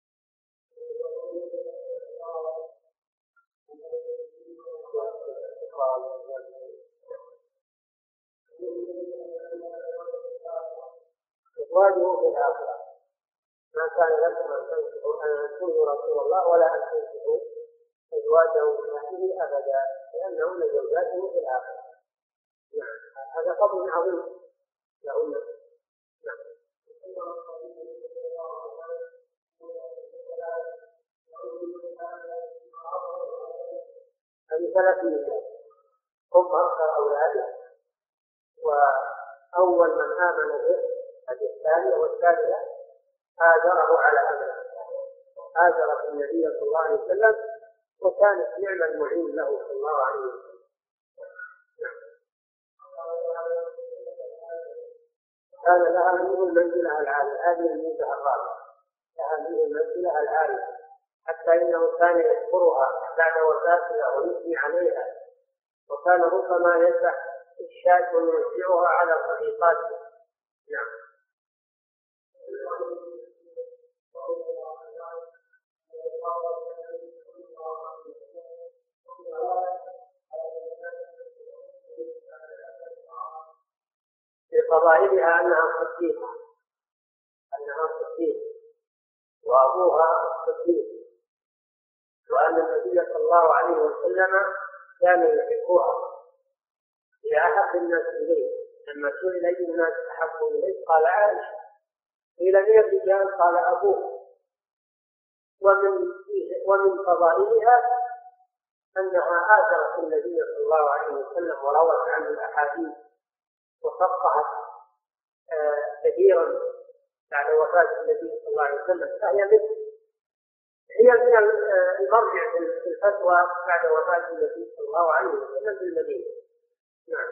Speaker 1: أزواجه في الآخرة: ما كان لكم أن تنكحوا رسول الله ولا أن تنكحوا أزواجه من أهله أبدا، لأنهن زوجاته في الآخرة. نعم. هذا فضل عظيم لهن. نعم. هذه 3 نساء هم أكثر أولاده، وأول من آمن به هذه الثانية، والثالثة هاجره على أمره، هاجرت النبي صلى الله عليه وسلم وكانت نعم المعين له صلى الله عليه وسلم. كان لها منه المنزلة العالية، هذه الميزة الرابعة، لها منه المنزلة العالية، حتى إنه كان يذكرها بعد وفاتها ويثني عليها، وكان ربما يذبح الشاة ويوزعها على الرقيقات. نعم. في فضائلها أنها صديقة، وأبوها صديق، وأن النبي صلى الله عليه وسلم كان يحبها، هي أحب الناس إليه. لما سئل أي الناس أحب إليه قال عائشة، قيل من الرجال قال أبوه. ومن فضائلها أنها آثرت النبي صلى الله عليه وسلم وروت عنه الأحاديث وفقهت كثيرا بعد وفاة النبي صلى الله عليه وسلم، فهي مثل هي من المرجع في الفتوى بعد وفاة النبي صلى الله عليه وسلم في المدينة. نعم.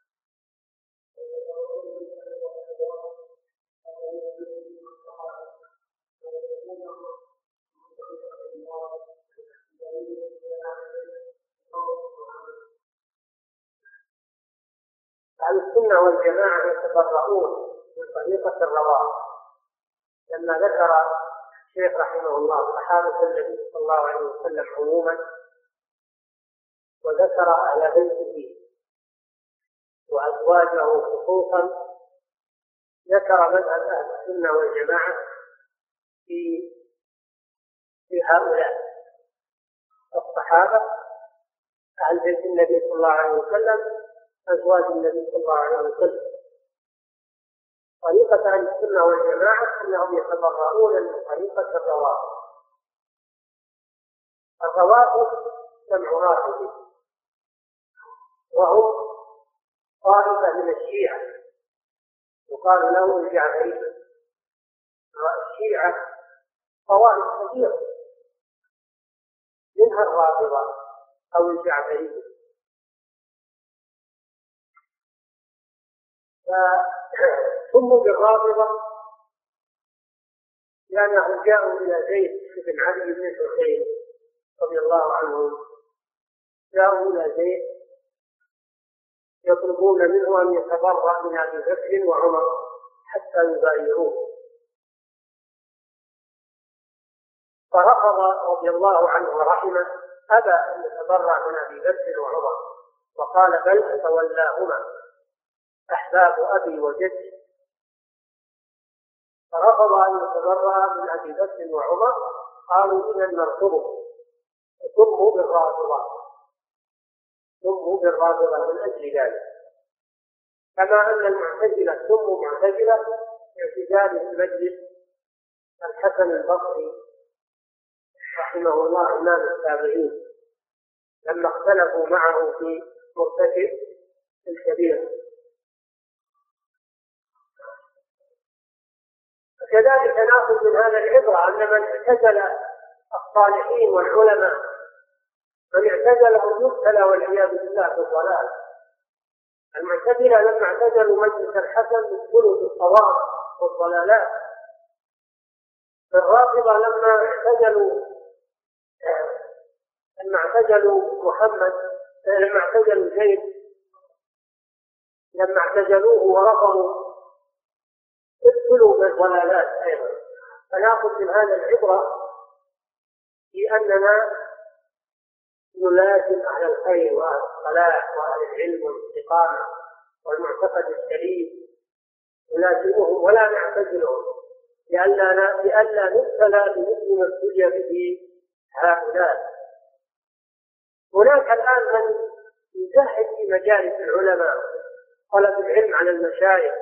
Speaker 1: أهل السنة والجماعة يتبرؤون من طريقة الروافض، لما ذكر الشيخ رحمه الله صحابة النبي صلى الله عليه وسلم عموما، وذكر أهل بيته وأزواجه خصوصا، ذكر مذهب أهل السنة والجماعة في هؤلاء الصحابة، أهل بيت النبي صلى الله عليه وسلم، أزواج النبي صلى الله عليه وسلم. طريقة أهل السنة والجماعة أنهم يتبرؤون من طريقة الروافض. الروافض جمع رافض، وهم طائفة من الشيعة يقال لهم الجعفرية. الشيعة طوائف كثيرة، منها الرافضة أو الجعفرية. فسموا بالرافضة لأنهم جاءوا إلى زيد بن علي بن الحسين رضي الله عنه، جاءوا إلى زيد يطلبون منه أن يتبرأ من أبي بكر وعمر حتى يبايعوه، فرفض رضي الله عنه ورحمه، أبى أن يتبرأ من أبي بكر وعمر، وقال بل أتولاهما أحباب أبي وجدي. فرفض أن يتبرأ من أبي بكر وعمر، قالوا إذا نرفضه، سموا بالرافضة، سموا بالرافضة من أجل ذلك. كما أن المعتزلة سموا معتزلة باعتزال في مجلس الحسن البصري رحمه الله إمام التابعين لما اختلفوا معه في مرتكب الكبير. كذلك نأخذ من هذا العبرة أن من اعتزل الصالحين والعلماء، من اعتزلهم يبتلى والعياذ بالله بالضلال. المعتزلة لما اعتزلوا مجلس الحسن ابتلوا بالصواب والضلالات. الرافضة لما اعتزلوا محمد، لما اعتزلوا زيد، لما اعتزلوه ورفضوا ابتلوا بالضلالات أيضا. فنأخذ من هذا العبرة في أننا نلازم أهل الخير وأهل الصلاح وأهل العلم والاستقامة والمعتقد السليم، نلازمهم ولا نعتزلهم، لئلا نبتلى بمثل ما ابتلي به هؤلاء. هناك الآن من يزهد في مجالس العلماء طلب العلم على المشايخ،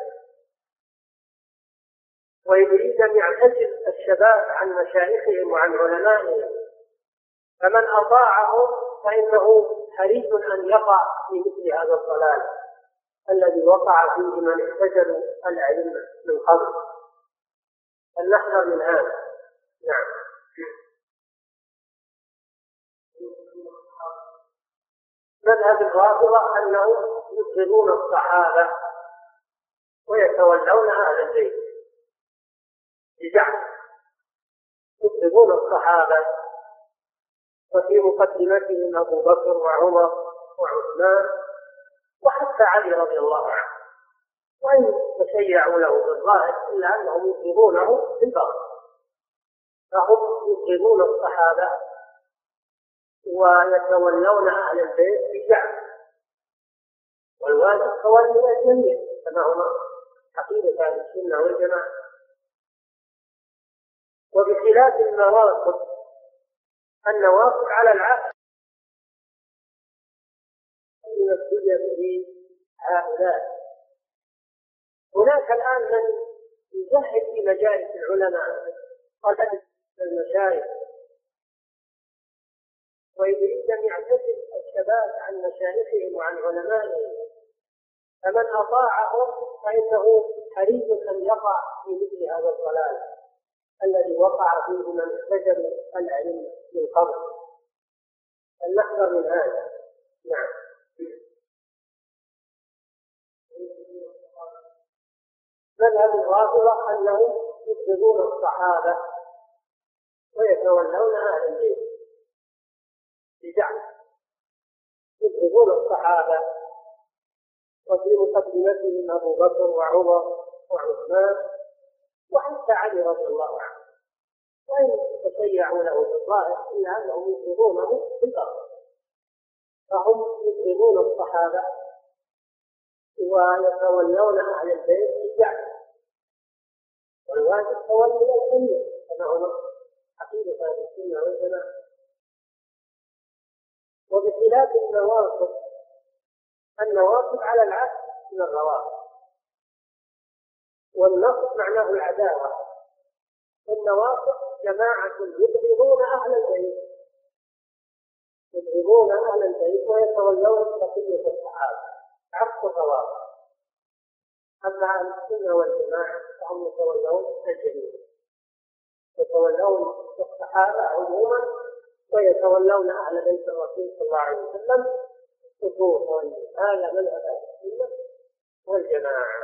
Speaker 1: ويريد أن يعتزل الشباب عن مشايخهم وعن علمائهم، فمن أطاعهم فإنه حريص أن يقع في مثل هذا الضلال الذي وقع فيه من اعتزلوا العلم من قبل. فلنحذر من هذا. نعم. مذهب الرافضة أنهم يبغضون الصحابة ويتولون أهل البيت بزعم، يبغضون الصحابة، وفي مقدمتهم أبو بكر وعمر وعثمان وحتى علي رضي الله عنه، وإن تشيعوا له بالظاهر إلا أنهم يبغضونه في الباطن. فهم يبغضون الصحابة ويتولون أهل البيت بزعم، والواجب تولي الجميع كما هو عقيدة أهل السنة والجماعة. وبخلاف النواصب على العكس يمثل به هؤلاء. هناك الآن من يزهد في مجالس العلماء قلد المشايخ، ويريد أن يعتزل الشباب عن مشايخهم وعن علمائهم، فمن أطاعهم فإنه حريص أن يقع في مثل هذا الضلال الذي وقع فيه من احتجب العلم من قبل. فلنحذر من هذا. نعم. مذهب الرافضة أنهم يبغضون الصحابة ويتولون أهل البيت بزعم، يبغضون الصحابة، وفي مقدمتهم أبو بكر وعمر وعثمان وحتى علي رضي الله عنه، وإن تشيعوا له في الظاهر إلا أنهم يبغضونه في الباطن. فهم يبغضون الصحابة ويتولون أهل البيت بالزعم، والواجب تولي الجميع كما هو عقيدة أهل السنة والجماعة. وبخلاف النواصب على العكس من الروافض، والنصب معناه العداوة. النواصب جماعة يبغضون أهل البيت، يبغضون أهل البيت ويتولون بقية الصحابة عكس الروافض. أما أهل السنة والجماعة فهم يتولون الجميع، يتولون الصحابة عموما ويتولون أهل بيت الرسول صلى الله عليه وسلم خصوصا. هذا مذهب أهل السنة والجماعة.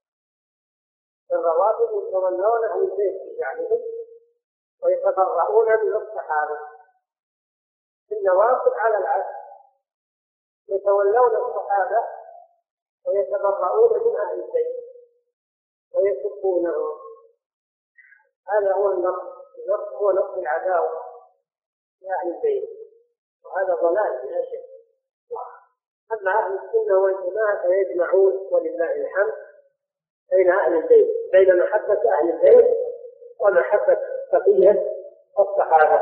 Speaker 1: الروافض يتولون أهل البيت بزعمهم ويتبرؤون من الصحابة. النواصب على العكس يتولون الصحابة ويتبرؤون من أهل البيت ويسبونهم. هذا هو النص هو نص العداوة لأهل البيت، وهذا ضلال بلا شك. أما أهل السنة والجماعة فيجمعون ولله الحمد بين أهل البيت، بين محبة أهل البيت ومحبة بقية الصحابة،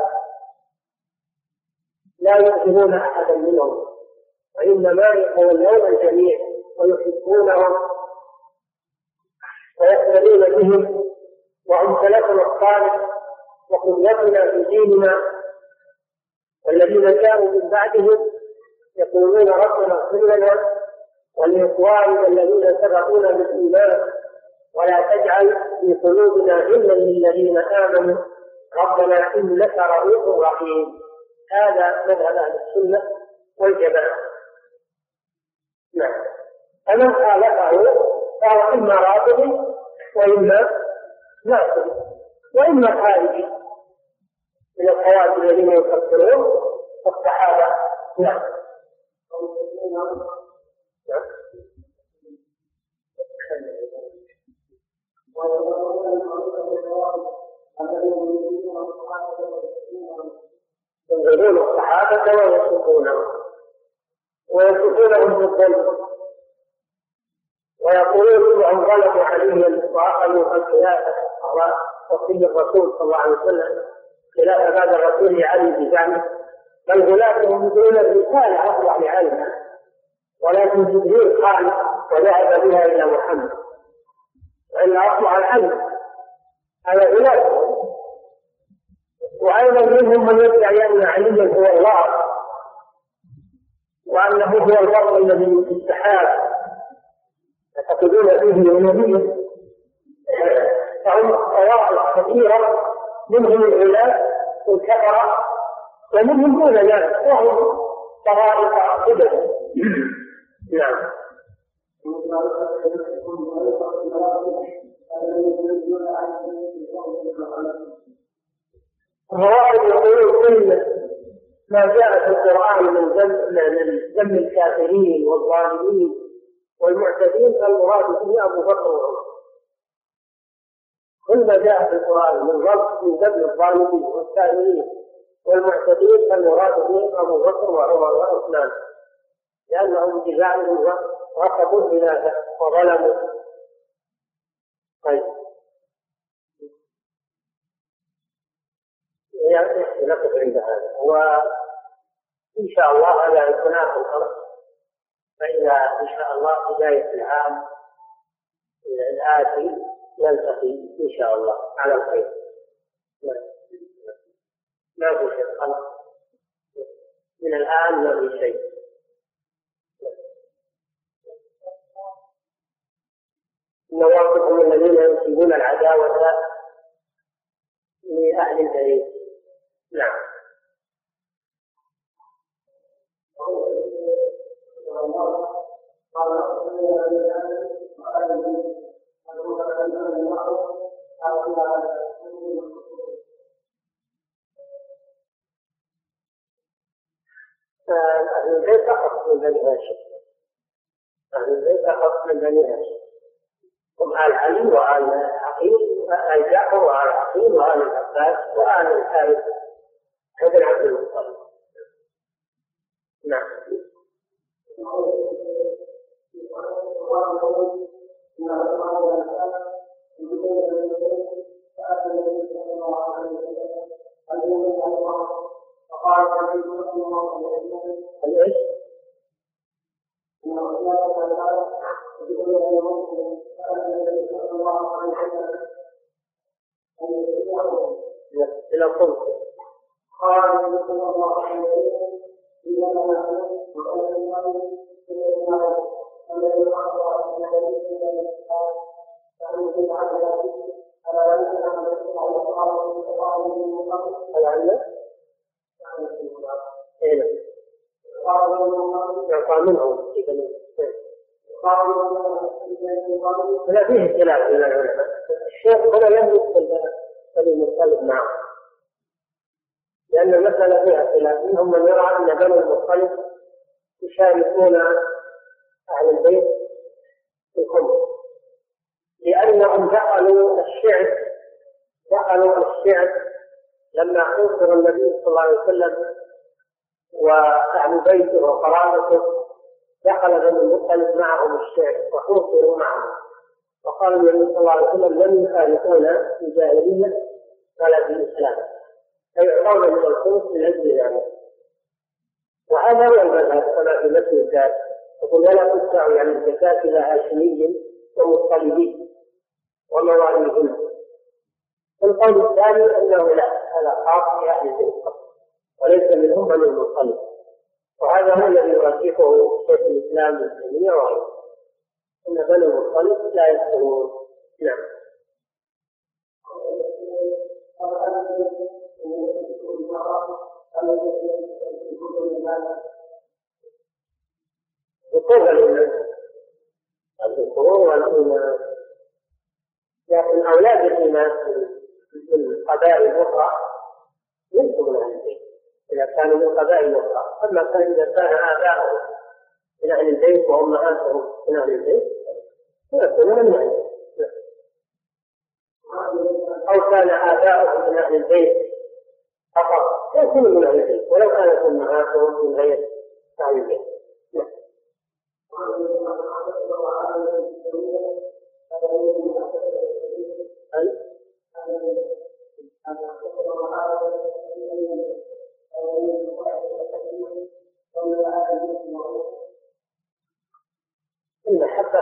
Speaker 1: لا يؤذون أحدا منهم، وإنما يتولون الجميع ويحبونهم ويقتدون بهم، وهم سلفنا الصالح وقدوتنا في ديننا. والذين جاءوا من بعدهم يقولون ربنا اغفر لنا ولإخواننا الذين سبقونا بالإيمان ولا تجعل في قلوبنا غلا للذين آمنوا ربنا إنك رؤوف رحيم. هذا مذهب أهل السنة والجماعة. نعم. فمن خالفه فهو إما رافض وإما ناصب وإما خارجي من الخوارج الذين يكفرون الصحابة. نعم. ينظرون الصحابة ويسبونهم بالظلم، ويقولون انهم ظلموا عليهم واخذوا الخلافه وصي الرسول صلى الله عليه وسلم خلاف بعد الرسول علي بزعمه، بل غلاتهم يقولون الرساله اطلع لعلمها، ولكن جبريل قال وذهب بها الى محمد، والا اطلع العلم على غلاتهم. وايضا منهم من يدعي ان عليا هو الله وانه هو الفرد الذي في السحاب يعتقدون فيه النبي. فهم طوائف كثيره منهم العلاة والكفره ومنهم دون ذلك وهم طوائف عقيده. نعم. الروافض يقولون كل ما جاء في القرآن من ذم الكافرين والظالمين والمعتدين فالمراد به أبو بكر وعمر. كل ما جاء في القرآن من ذم الظالمين والكافرين والمعتدين فالمراد به أبو بكر وعمر وعثمان، لأنهم بزعمهم ركبوا الخلافة وظلموا. طيب نقف عند هذا، وإن شاء الله هذا هناك الأمر، فإذا إن شاء الله بداية العام الآتي نلتقي إن شاء الله على الخير. ما في شيء خلاص من الآن، ما في شيء. النواصب هم الذين ينسبون العداوة أهل البيت. نعم. أهل البيت أخف من بني هاشم. أهل البيت أخف من بني هاشم، هم آل علي وآل عقيل، آل جعفر وآل عقيل وآل العباس وآل الحارث ابن عبد المطلب. نعم. ايش؟ إلى الخلق قال صلى الله عليه وسلم يعطى منهم لا فيه خلاف من العلماء. الشيخ هنا لم يدخل المختلف معه، لأن المسألة فيها خلاف، منهم من يرى أن بني المختلف يشاركون أهل البيت في الخمس، لأنهم دخلوا الشعب لما حوصر النبي صلى الله عليه وسلم وأهل بيته وقرابته، دخل بني المختلف معهم الشعب وحوصروا معهم، وقال النبي صلى الله عليه وسلم لم يخالفونا في الجاهلية ولا في الإسلام، فيعطون من الخمس من أجل ذلك. وهذا هو المذهب كما في مثل الزاد، يقول ولا تدفع يعني الزكاة إلى هاشمي ومطلبي ومواليهم. القول الثاني أنه لا، هذا خاص بأهل البيت وليس منهم بني المطلب، وهذا هو الذي يرجحه شيخ الإسلام ابن تيمية وغيره، أن بني المطلب لا يدخلون. نعم. الذكور والإناث، لكن أولاد الإناث في القبائل الأخرى ليسوا من أهل البيت إذا كانوا من قبائل أخرى، أما إذا كان آباؤهم من أهل البيت وأمهاتهم من أهل البيت فيكونون من أهل البيت، أو كان آباؤهم من أهل البيت فقط فيكونون من أهل البيت ولو كانت أمهاتهم من غير أهل البيت. المحبة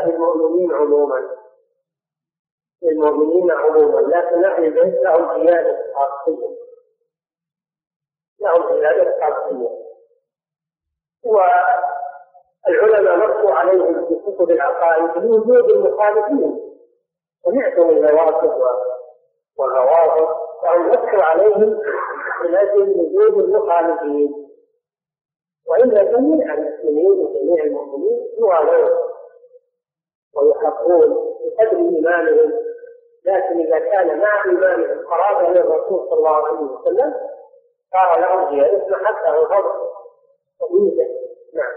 Speaker 1: للمؤمنين عموما، لكن أهل البيت لهم زيادة خاصية، والعلماء نصوا عليهم في كتب العقائد لوجود المخالفين، سمعتم الروافض والروافض فهم نصوا عليهم من أجل وجود المخالفين، وإلا جميع المسلمين وجميع المؤمنين يوالون ويحبون بقدر إيمانهم، لكن إذا كان مع إيمانهم قرابة للرسول صلى الله عليه وسلم صار لهم زيادة محبة وفضل وميزة. نعم.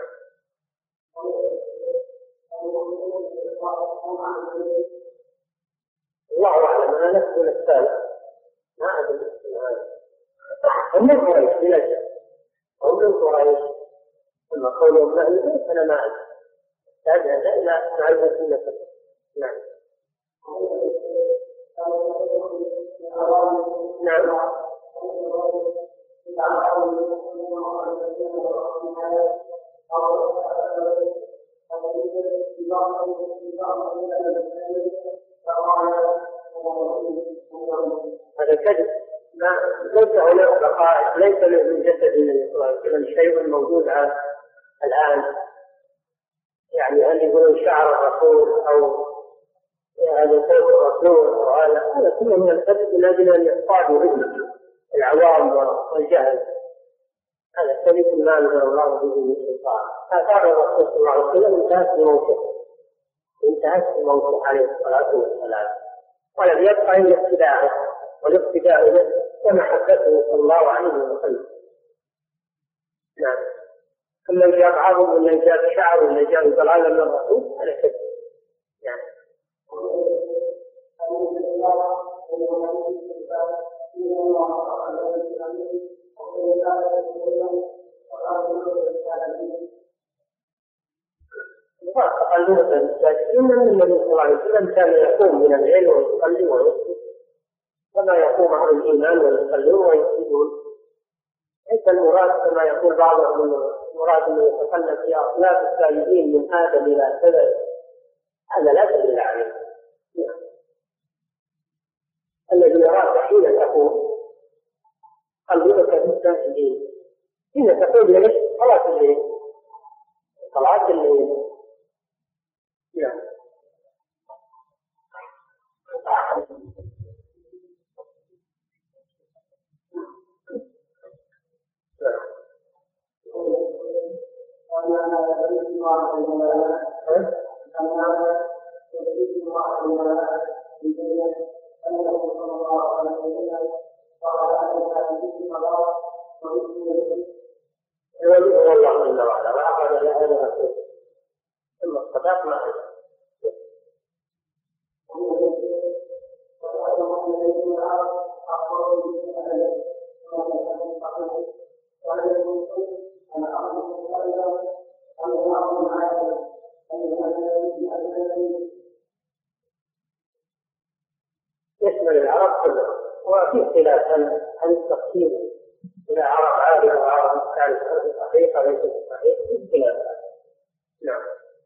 Speaker 1: الله أعلم، أنا نفس السالة ما أدري هم من قريش بلا شك، هم من قريش، أما قولهم من أهل البيت أنا ما أدري، هذا إلى معرفة النسب. نعم. نعم. هذا كذب، ليس هناك بقاء، ليس من جسد النبي صلى الله عليه وسلم شيء موجود الآن، يعني هل يقولون شعر الرسول أو هذا صوت الرسول وهذا كله من الكذب من أجل أن يصطادوا به العوام والجهل. هذا كذب ما أنزل الله به من سلطان. آثار الرسول صلى الله عليه وسلم انتهت بموته عليه الصلاة والسلام، ولم يبقى إلا اتباعه والاقتداء به ومحبته صلى الله عليه وسلم. نعم. أما إذا أبعضهم من جاب شعر ولا جاب ضلالا من الرسول هذا كذب. يعني تقلون الساجدين من النبي صلى الله عليه وسلم كان يقوم من الليل ويصلي ويسجد كما يقوم أهل الإيمان ويصلون ويسجدون. ليس المراد كما يقول بعضهم المراد أن يتكلم في أخلاق الساجدين من آدم إلى كذا، هذا لا دليل عليه. الذي يراك حين تقوم قلبك في الساجدين، حين تقول لك صلاة الليل صلاة الليل. نعم. والله جل وعلا وأخذ لهذا ثم الصداق معه. يشمل العرب كلهم، وفي خلاف عن التقسيم إلى عرب عادي وعرب كانت صحيحة ليست صحيحة، في خلاف. نعم.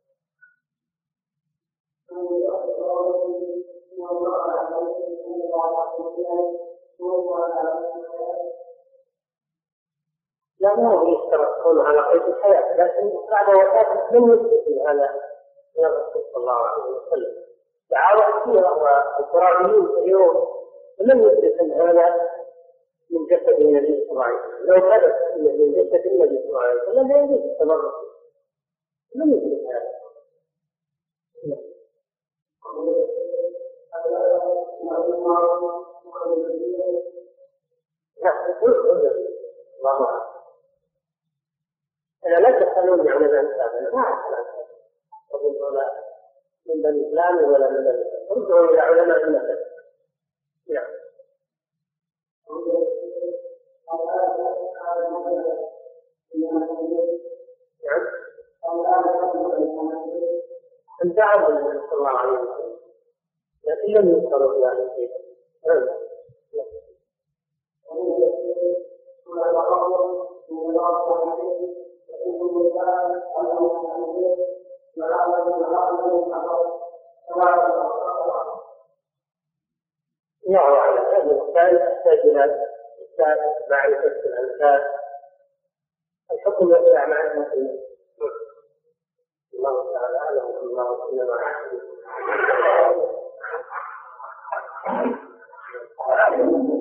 Speaker 1: لا ما هو يشترطون على قيد الحياة، لكن بعد وفاته لم يثبت هذا من الرسول صلى الله عليه وسلم. دعاوى كثيرة والقرآنيين اليوم لم يثبت أن هذا من جسد النبي صلى الله عليه وسلم. لو ثبت من جسد النبي صلى الله عليه وسلم لا يجوز التبرك، لم يثبت هذا. أنا لا تسألوني عن الأنساب، ما أعرف أقول لا من بني فلان ولا من بني فلان، ارجعوا إلى علماء النسب. نعم. انتعب النبي صلى الله عليه وسلم لكن لم يذكروا في هذا الشيء. يعني على هذا المكان تحتاج إلى معرفة الأنساب. الحكم يرجع مع المسلمين. الله تعالى أعلم والله وسلم على